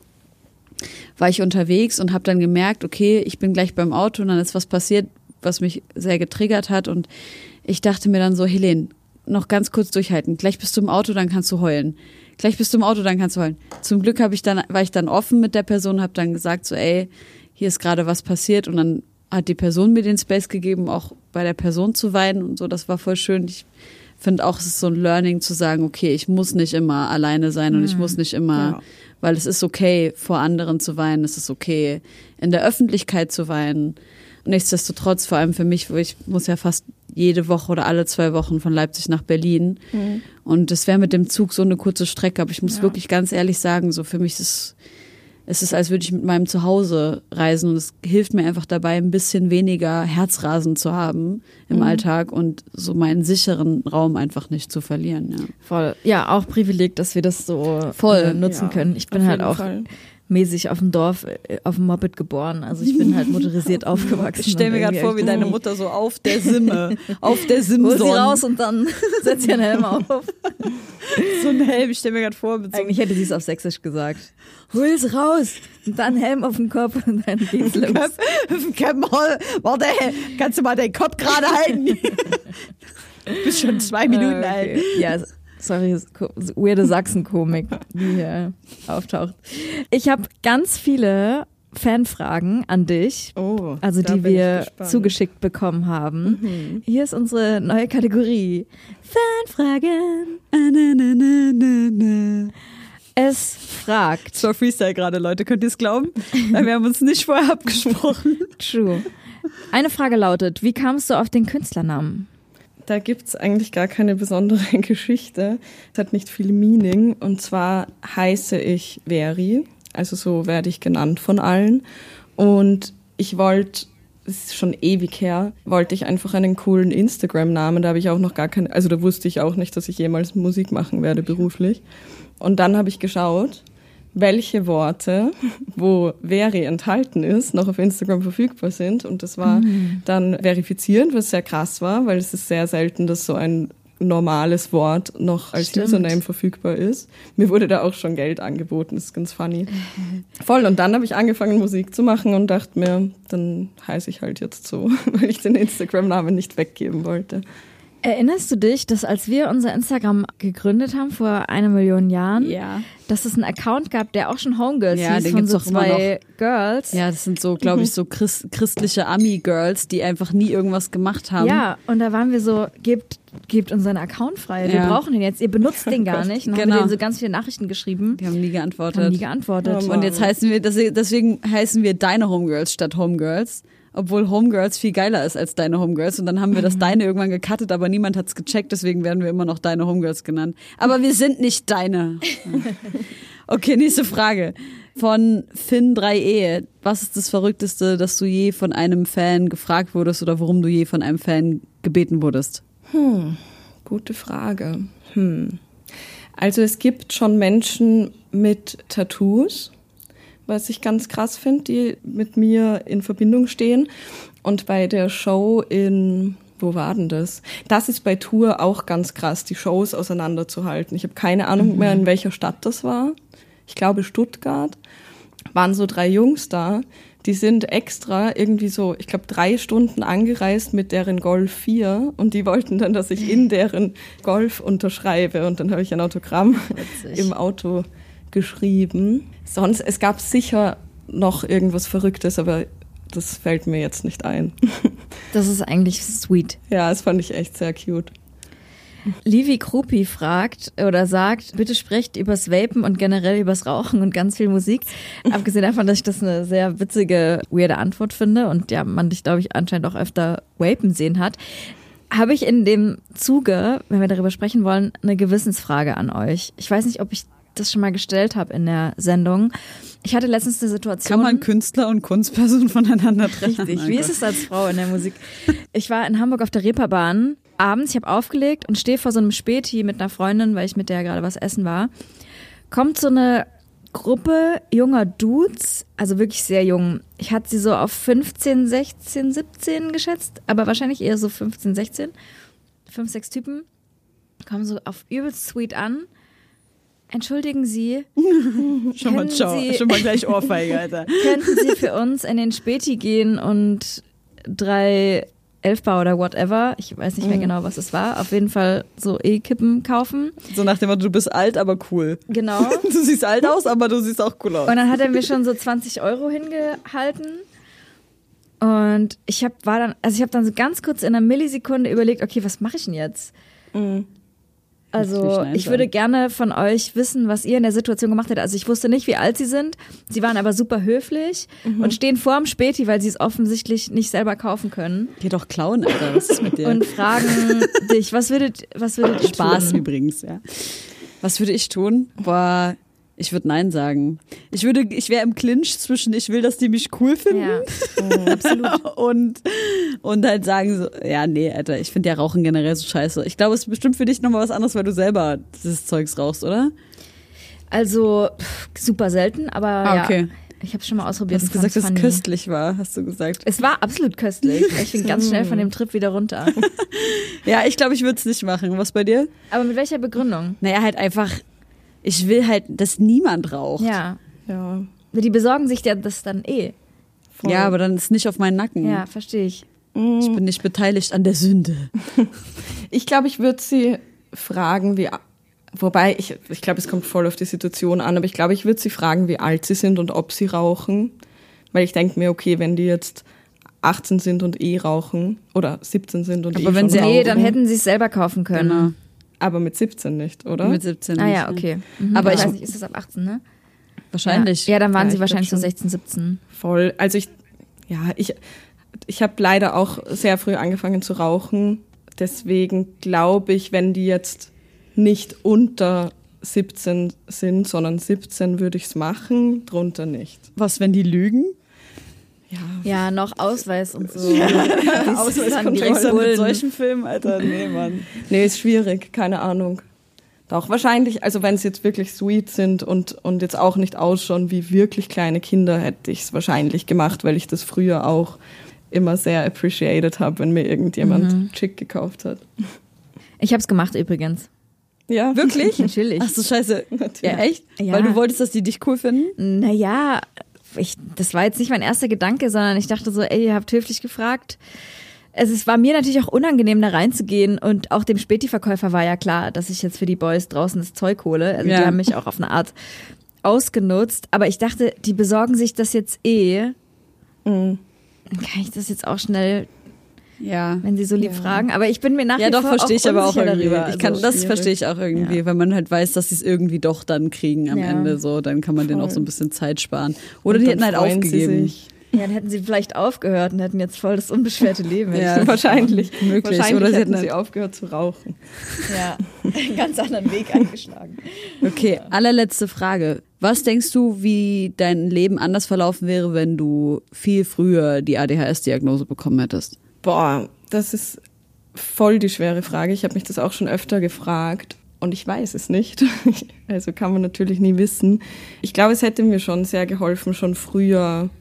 war ich unterwegs und habe dann gemerkt, okay, ich bin gleich beim Auto und dann ist was passiert, was mich sehr getriggert hat und ich dachte mir dann so, Helene, noch ganz kurz durchhalten. Gleich bist du im Auto, dann kannst du heulen. Gleich bist du im Auto, dann kannst du heulen. Zum Glück war ich dann offen mit der Person, habe dann gesagt so, ey, hier ist gerade was passiert und dann hat die Person mir den Space gegeben, auch bei der Person zu weinen und so. Das war voll schön. Ich finde auch, es ist so ein Learning zu sagen, okay, ich muss nicht immer alleine sein und ich muss nicht immer, weil es ist okay, vor anderen zu weinen, es ist okay, in der Öffentlichkeit zu weinen. Nichtsdestotrotz, vor allem für mich, wo ich muss ja fast jede Woche oder alle 2 Wochen von Leipzig nach Berlin. Und das wäre mit dem Zug so eine kurze Strecke. Aber ich muss wirklich ganz ehrlich sagen, so für mich ist es, als würde ich mit meinem Zuhause reisen. Und es hilft mir einfach dabei, ein bisschen weniger Herzrasen zu haben im Alltag und so meinen sicheren Raum einfach nicht zu verlieren. Ja. Voll. Ja, auch Privileg, dass wir das so nutzen können. Ich bin halt auch mäßig auf dem Dorf, auf dem Moped geboren. Also ich bin halt motorisiert aufgewachsen. Ich stelle mir gerade vor, wie deine Mutter so auf der Simme, auf der Simson. Hol sie raus und dann setzt sie einen Helm auf. So ein Helm, ich stelle mir gerade vor. Eigentlich hätte sie es auf Sächsisch gesagt. Hol's raus und dann Helm auf den Kopf und dann geht's los. Warte, kannst du mal deinen Kopf gerade halten? Du bist schon 2 Minuten alt. Ja, sorry, weirde Sachsen-Komik, die hier auftaucht. Ich habe ganz viele Fanfragen an dich, also die wir zugeschickt bekommen haben. Hier ist unsere neue Kategorie. Fanfragen. Es fragt. Das war Freestyle gerade, Leute, könnt ihr es glauben? Weil wir haben uns nicht vorher abgesprochen. True. Eine Frage lautet, wie kamst du auf den Künstlernamen? Da gibt's eigentlich gar keine besondere Geschichte. Es hat nicht viel Meaning. Und zwar heiße ich Veri, also so werde ich genannt von allen. Und ich wollte, es ist schon ewig her, wollte ich einfach einen coolen Instagram-Namen. Da habe ich auch noch gar keine, also da wusste ich auch nicht, dass ich jemals Musik machen werde beruflich. Und dann habe ich geschaut, welche Worte, wo Veri enthalten ist, noch auf Instagram verfügbar sind. Und das war dann verifizierend, was sehr krass war, weil es ist sehr selten, dass so ein normales Wort noch als Username verfügbar ist. Mir wurde da auch schon Geld angeboten, das ist ganz funny. Voll, und dann habe ich angefangen, Musik zu machen und dachte mir, dann heiße ich halt jetzt so, weil ich den Instagram-Namen nicht weggeben wollte. Erinnerst du dich, dass als wir unser Instagram gegründet haben vor 1 Million Jahren, dass es einen Account gab, der auch schon Homegirls hieß, den von gibt's so doch immer 2 Girls? Ja, das sind so, glaube ich, so christliche Ami-Girls, die einfach nie irgendwas gemacht haben. Ja, und da waren wir so, gebt unseren Account frei, wir brauchen den jetzt, ihr benutzt den gar nicht. Und haben wir denen so ganz viele Nachrichten geschrieben. Die haben nie geantwortet. Oh, und jetzt deswegen heißen wir deine Homegirls statt Homegirls. Obwohl Homegirls viel geiler ist als deine Homegirls. Und dann haben wir das deine irgendwann gecuttet, aber niemand hat's gecheckt, deswegen werden wir immer noch deine Homegirls genannt. Aber wir sind nicht deine. Okay, nächste Frage. Von Finn3E. Was ist das Verrückteste, dass du je von einem Fan gefragt wurdest oder warum du je von einem Fan gebeten wurdest? Gute Frage. Also es gibt schon Menschen mit Tattoos, was ich ganz krass finde, die mit mir in Verbindung stehen. Und bei der Show wo war denn das? Das ist bei Tour auch ganz krass, die Shows auseinanderzuhalten. Ich habe keine Ahnung mehr, in welcher Stadt das war. Ich glaube Stuttgart. Waren so 3 Jungs da, die sind extra irgendwie so, ich glaube 3 Stunden angereist mit deren Golf 4 und die wollten dann, dass ich in deren Golf unterschreibe. Und dann habe ich ein Autogramm im Auto geschrieben. Sonst, es gab sicher noch irgendwas Verrücktes, aber das fällt mir jetzt nicht ein. Das ist eigentlich sweet. Ja, das fand ich echt sehr cute. Livi Krupi fragt oder sagt, bitte sprecht übers Vapen und generell übers Rauchen und ganz viel Musik. Abgesehen davon, dass ich das eine sehr witzige, weirde Antwort finde und ja, man dich, glaube ich, anscheinend auch öfter vapen sehen hat, habe ich in dem Zuge, wenn wir darüber sprechen wollen, eine Gewissensfrage an euch. Ich weiß nicht, ob ich das schon mal gestellt habe in der Sendung. Ich hatte letztens eine Situation. Kann man Künstler und Kunstperson voneinander trennen? Richtig. Wie ist es als Frau in der Musik? Ich war in Hamburg auf der Reeperbahn abends, ich habe aufgelegt und stehe vor so einem Späti mit einer Freundin, weil ich mit der gerade was essen war. Kommt so eine Gruppe junger Dudes, also wirklich sehr jung. Ich hatte sie so auf 15, 16, 17 geschätzt, aber wahrscheinlich eher so 15, 16. 5, 6 Typen kommen so auf übelst sweet an. Entschuldigen Sie. Schon mal gleich Ohrfeige, Alter. Könnten Sie für uns in den Späti gehen und 3 11-Bar oder whatever, ich weiß nicht mehr genau, was es war, auf jeden Fall so E-Kippen kaufen. So nach dem Motto, du bist alt, aber cool. Genau. Du siehst alt aus, aber du siehst auch cool aus. Und dann hat er mir schon so 20 € hingehalten. Und ich habe dann so ganz kurz in einer Millisekunde überlegt, okay, was mache ich denn jetzt? Also ich würde gerne von euch wissen, was ihr in der Situation gemacht hättet. Also ich wusste nicht, wie alt sie sind. Sie waren aber super höflich und stehen vorm Späti, weil sie es offensichtlich nicht selber kaufen können. Geh doch klauen, Alter, was ist mit dir? Und fragen dich, was würdet ihr Spaß tun? übrigens, ja. Was würde ich tun? Boah, ich würde Nein sagen. Ich wäre im Clinch zwischen, ich will, dass die mich cool finden. Ja, absolut. und halt sagen so, ja, nee, Alter, ich finde ja Rauchen generell so scheiße. Ich glaube, es ist bestimmt für dich nochmal was anderes, weil du selber dieses Zeugs rauchst, oder? Also super selten, aber okay. Ja, ich habe es schon mal ausprobiert. Du hast gesagt, dass es köstlich war, hast du gesagt. Es war absolut köstlich. Ich bin ganz schnell von dem Trip wieder runter. Ja, ich glaube, ich würde es nicht machen. Was bei dir? Aber mit welcher Begründung? Naja, halt einfach, ich will halt, dass niemand raucht. Ja. Ja. Die besorgen sich ja das dann eh. Voll. Ja, aber dann ist nicht auf meinen Nacken. Ja, verstehe ich. Ich bin nicht beteiligt an der Sünde. Ich glaube, ich würde sie fragen, wobei, ich glaube, es kommt voll auf die Situation an, aber ich glaube, ich würde sie fragen, wie alt sie sind und ob sie rauchen. Weil ich denke mir, okay, wenn die jetzt 18 sind und rauchen oder 17 sind und Aber wenn schon sie- rauchen. Nee, dann hätten sie es selber kaufen können. Genau. Aber mit 17 nicht, oder? Mit 17 Ah nicht, ja, ne? okay. Aber ich ich- weiß nicht, ist das ab 18, ne? Wahrscheinlich. Ja, dann waren Ja, sie ich wahrscheinlich so glaub schon. 16, 17. Voll. Also ich habe leider auch sehr früh angefangen zu rauchen. Deswegen glaube ich, wenn die jetzt nicht unter 17 sind, sondern 17, würde ich es machen, drunter nicht. Was, wenn die lügen? Ja, noch Ausweis und so. Ausweiskontrolle. Extra mit Bullen. solchen Filmen, Alter, nee, Mann. Nee, ist schwierig, keine Ahnung. Doch, wahrscheinlich, also wenn es jetzt wirklich sweet sind und jetzt auch nicht ausschauen wie wirklich kleine Kinder, hätte ich es wahrscheinlich gemacht, weil ich das früher auch immer sehr appreciated habe, wenn mir irgendjemand Chick gekauft hat. Ich habe es gemacht übrigens. Ja, Wirklich? Natürlich. Ach so, scheiße. Natürlich. Ja, echt? Ja. Weil du wolltest, dass die dich cool finden? Naja, das war jetzt nicht mein erster Gedanke, sondern ich dachte so, ey, ihr habt höflich gefragt. Es war mir natürlich auch unangenehm, da reinzugehen und auch dem Späti-Verkäufer war ja klar, dass ich jetzt für die Boys draußen das Zeug hole. Also Ja. die haben mich auch auf eine Art ausgenutzt. Aber ich dachte, die besorgen sich das jetzt eh. Dann kann ich das jetzt auch schnell, Ja. wenn sie so lieb fragen. Aber ich bin mir nach Ja, wie doch, vor verstehe ich aber auch unsicher irgendwie. darüber. Also, Das verstehe ich auch irgendwie, wenn man halt weiß, dass sie es irgendwie doch dann kriegen am Ja. Ende, so, dann kann man denen auch Voll. so ein bisschen Zeit sparen. Oder Und die dann hätten halt freuen sie aufgegeben. sich. ja, dann hätten sie vielleicht aufgehört und hätten jetzt voll das unbeschwerte Leben. Ja. Wahrscheinlich. Möglich. Wahrscheinlich Oder sie hätten hätten sie aufgehört zu rauchen. Ja, einen ganz anderen Weg eingeschlagen. Okay, allerletzte Frage. Was denkst du, wie dein Leben anders verlaufen wäre, wenn du viel früher die ADHS-Diagnose bekommen hättest? Boah, das ist voll die schwere Frage. Ich habe mich das auch schon öfter gefragt und ich weiß es nicht. Also kann man natürlich nie wissen. Ich glaube, es hätte mir schon sehr geholfen, schon früher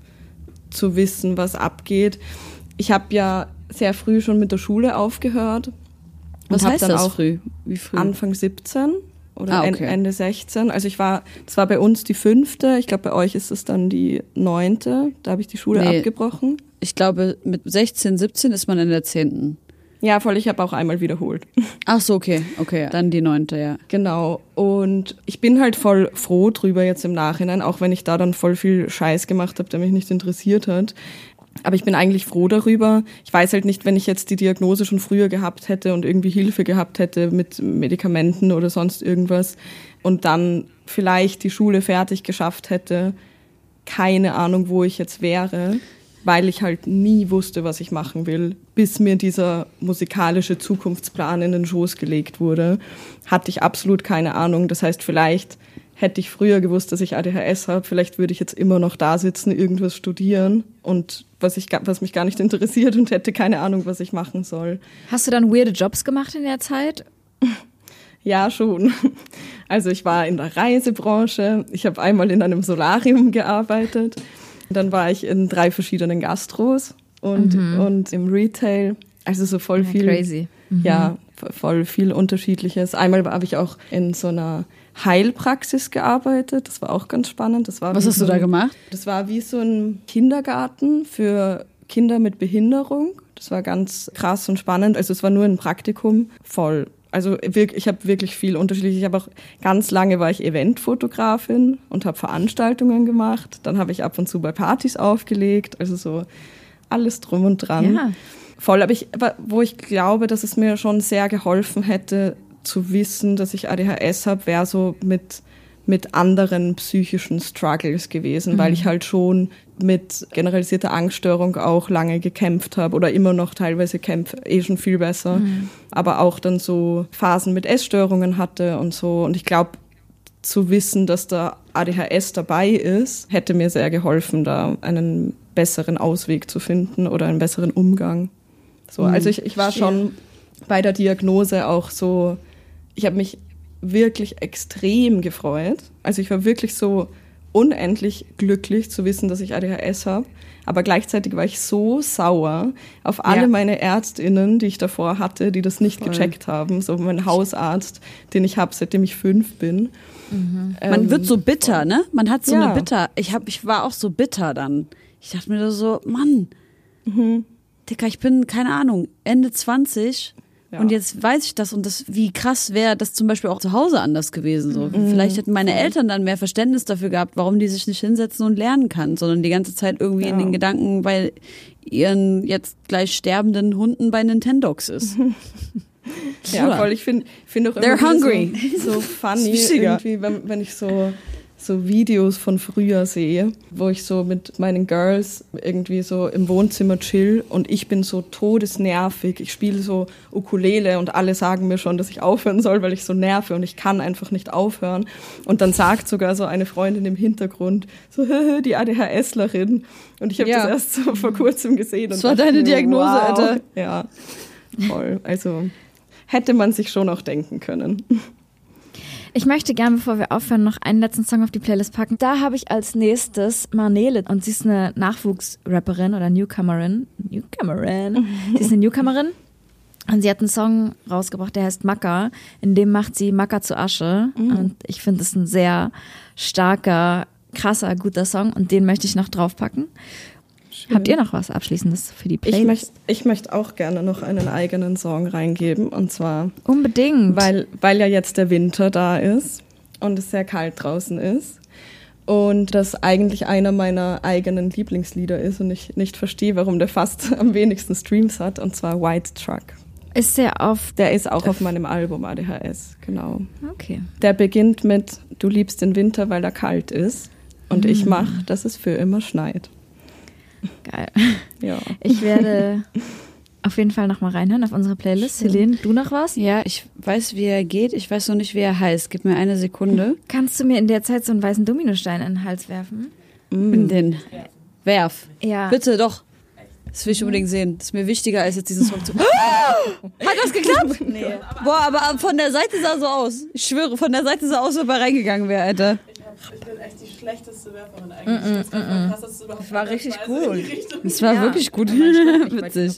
zu wissen, was abgeht. Ich habe ja sehr früh schon mit der Schule aufgehört. Was hab heißt dann das auch früh? Wie früh? Anfang 17 oder okay. Ende 16. Also das war bei uns die 5. Ich glaube, bei euch ist es dann die 9. Da habe ich die Schule Nee. abgebrochen. Ich glaube, mit 16, 17 ist man in der 10. Ja, voll, ich habe auch einmal wiederholt. Ach so, okay. Dann die 9., ja. Genau. Und ich bin halt voll froh drüber jetzt im Nachhinein, auch wenn ich da dann voll viel Scheiß gemacht habe, der mich nicht interessiert hat. Aber ich bin eigentlich froh darüber. Ich weiß halt nicht, wenn ich jetzt die Diagnose schon früher gehabt hätte und irgendwie Hilfe gehabt hätte mit Medikamenten oder sonst irgendwas und dann vielleicht die Schule fertig geschafft hätte, keine Ahnung, wo ich jetzt wäre, weil ich halt nie wusste, was ich machen will. Bis mir dieser musikalische Zukunftsplan in den Schoß gelegt wurde, hatte ich absolut keine Ahnung. Das heißt, vielleicht hätte ich früher gewusst, dass ich ADHS habe, vielleicht würde ich jetzt immer noch da sitzen, irgendwas studieren und was mich gar nicht interessiert und hätte keine Ahnung, was ich machen soll. Hast du dann weirde Jobs gemacht in der Zeit? Ja, schon. Also ich war in der Reisebranche, ich habe einmal in einem Solarium gearbeitet, dann war ich in 3 verschiedenen Gastros und im Retail, also so voll viel. Crazy. Ja, voll viel Unterschiedliches. Einmal habe ich auch in so einer Heilpraxis gearbeitet, das war auch ganz spannend. Das war Was wie hast so du da gemacht? Das war wie so ein Kindergarten für Kinder mit Behinderung. Das war ganz krass und spannend. Also es war nur ein Praktikum, voll. Also ich habe wirklich viel unterschiedlich. Ich habe auch ganz lange war ich Eventfotografin und habe Veranstaltungen gemacht. Dann habe ich ab und zu bei Partys aufgelegt. Also so alles drum und dran. Ja. voll. Aber wo ich glaube, dass es mir schon sehr geholfen hätte, zu wissen, dass ich ADHS habe, wäre so mit anderen psychischen Struggles gewesen, weil ich halt schon mit generalisierter Angststörung auch lange gekämpft habe oder immer noch teilweise kämpfe, schon viel besser, aber auch dann so Phasen mit Essstörungen hatte und so. Und ich glaube, zu wissen, dass da ADHS dabei ist, hätte mir sehr geholfen, da einen besseren Ausweg zu finden oder einen besseren Umgang. So, also ich war schon bei der Diagnose auch so, ich habe mich wirklich extrem gefreut. Also ich war wirklich so unendlich glücklich zu wissen, dass ich ADHS habe. Aber gleichzeitig war ich so sauer auf alle meine ÄrztInnen, die ich davor hatte, die das nicht gecheckt haben. So mein Hausarzt, den ich habe, seitdem ich 5 bin. Man wird so bitter, ne? Man hat so eine bitter. Ich war auch so bitter dann. Ich dachte mir so, Mann, Dicker, ich bin, keine Ahnung, Ende 20 und jetzt weiß ich das und das, wie krass wäre das zum Beispiel auch zu Hause anders gewesen. So. Vielleicht hätten meine Eltern dann mehr Verständnis dafür gehabt, warum die sich nicht hinsetzen und lernen kann, sondern die ganze Zeit irgendwie in den Gedanken bei ihren jetzt gleich sterbenden Hunden bei Nintendogs ist. Ja, voll. Ich finde auch immer so funny irgendwie, wenn ich so Videos von früher sehe, wo ich so mit meinen Girls irgendwie so im Wohnzimmer chill und ich bin so todesnervig. Ich spiele so Ukulele und alle sagen mir schon, dass ich aufhören soll, weil ich so nerve und ich kann einfach nicht aufhören. Und dann sagt sogar so eine Freundin im Hintergrund so, die ADHSlerin. Und ich habe das erst so vor kurzem gesehen. Das war deine Diagnose, wow. Alter. Ja, voll. Also hätte man sich schon auch denken können. Ich möchte gerne, bevor wir aufhören, noch einen letzten Song auf die Playlist packen. Da habe ich als nächstes Marnele und sie ist eine Nachwuchsrapperin oder Newcomerin. Sie ist eine Newcomerin und sie hat einen Song rausgebracht, der heißt Macker. In dem macht sie Macker zu Asche und ich finde es ein sehr starker, krasser, guter Song und den möchte ich noch draufpacken. Schön. Habt ihr noch was Abschließendes für die Playlist? Ich möchte auch gerne noch einen eigenen Song reingeben und zwar unbedingt, weil ja jetzt der Winter da ist und es sehr kalt draußen ist und das eigentlich einer meiner eigenen Lieblingslieder ist und ich nicht verstehe, warum der fast am wenigsten Streams hat und zwar White Truck. Ist der ist auch auf meinem Album ADHS, genau. Okay. Der beginnt mit Du liebst den Winter, weil er kalt ist und ich mache, dass es für immer schneit. Geil. Ja. Ich werde auf jeden Fall nochmal reinhören auf unsere Playlist. Helene, du noch was? Ja, ich weiß, wie er geht. Ich weiß noch nicht, wie er heißt. Gib mir eine Sekunde. Kannst du mir in der Zeit so einen weißen Dominostein in den Hals werfen? In den Werf. Ja. Bitte, doch. Das will ich unbedingt sehen. Das ist mir wichtiger, als jetzt diesen Song zu... Hat das geklappt? Nee. Boah, aber von der Seite sah so aus. Ich schwöre, von der Seite sah aus, ob er reingegangen wäre, Alter. Ich bin echt die schlechteste Werferin eigentlich. Das war richtig gut. Das war wirklich gut. Witzig.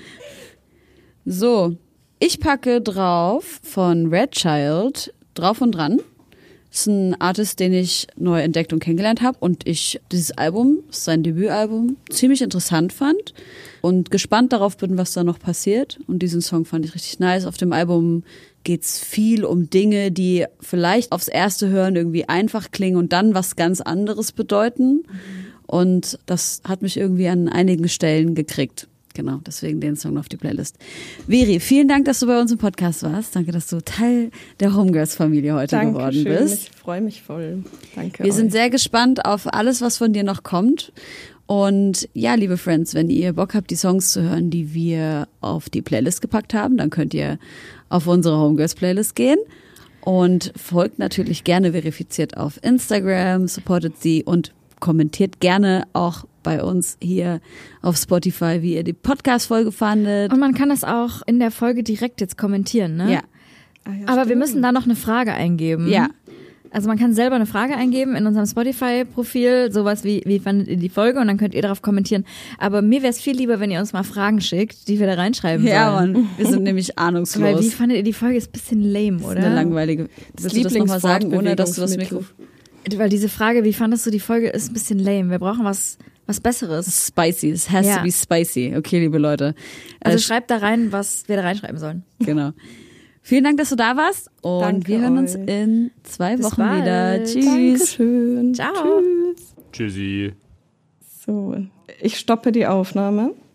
So, ich packe drauf von Red Child, Drauf und Dran. Das ist ein Artist, den ich neu entdeckt und kennengelernt habe und ich dieses Album, sein Debütalbum, ziemlich interessant fand und gespannt darauf bin, was da noch passiert. Und diesen Song fand ich richtig nice. Auf dem Album geht's viel um Dinge, die vielleicht aufs erste Hören irgendwie einfach klingen und dann was ganz anderes bedeuten. Und das hat mich irgendwie an einigen Stellen gekriegt. Genau, deswegen den Song auf die Playlist. Veri, vielen Dank, dass du bei uns im Podcast warst. Danke, dass du Teil der Homegirls-Familie heute geworden bist. Ich freue mich voll. Danke. Wir sind sehr gespannt auf alles, was von dir noch kommt. Und ja, liebe Friends, wenn ihr Bock habt, die Songs zu hören, die wir auf die Playlist gepackt haben, dann könnt ihr auf unsere Homegirls-Playlist gehen. Und folgt natürlich gerne verifiziert auf Instagram, supportet sie und kommentiert gerne auch bei uns hier auf Spotify, wie ihr die Podcast-Folge fandet. Und man kann das auch in der Folge direkt jetzt kommentieren, ne? Ja. Aber wir müssen da noch eine Frage eingeben. Ja. Also man kann selber eine Frage eingeben in unserem Spotify-Profil, sowas wie fandet ihr die Folge und dann könnt ihr darauf kommentieren. Aber mir wäre es viel lieber, wenn ihr uns mal Fragen schickt, die wir da reinschreiben sollen. Ja, Mann, wir sind nämlich ahnungslos. Weil wie fandet ihr die Folge? Ist ein bisschen lame, oder? Das ist eine langweilige. Willst du das nochmal sagen, ohne dass du das Mikro... Weil diese Frage, wie fandest du die Folge, ist ein bisschen lame. Wir brauchen was Besseres. Spicy, it has to be spicy. Okay, liebe Leute. Also schreibt da rein, was wir da reinschreiben sollen. Genau. Vielen Dank, dass du da warst. Und Danke wir hören uns euch. in 2 Wochen bald. wieder. Tschüss. Dankeschön. Ciao. Tschüss. Tschüssi. So, ich stoppe die Aufnahme.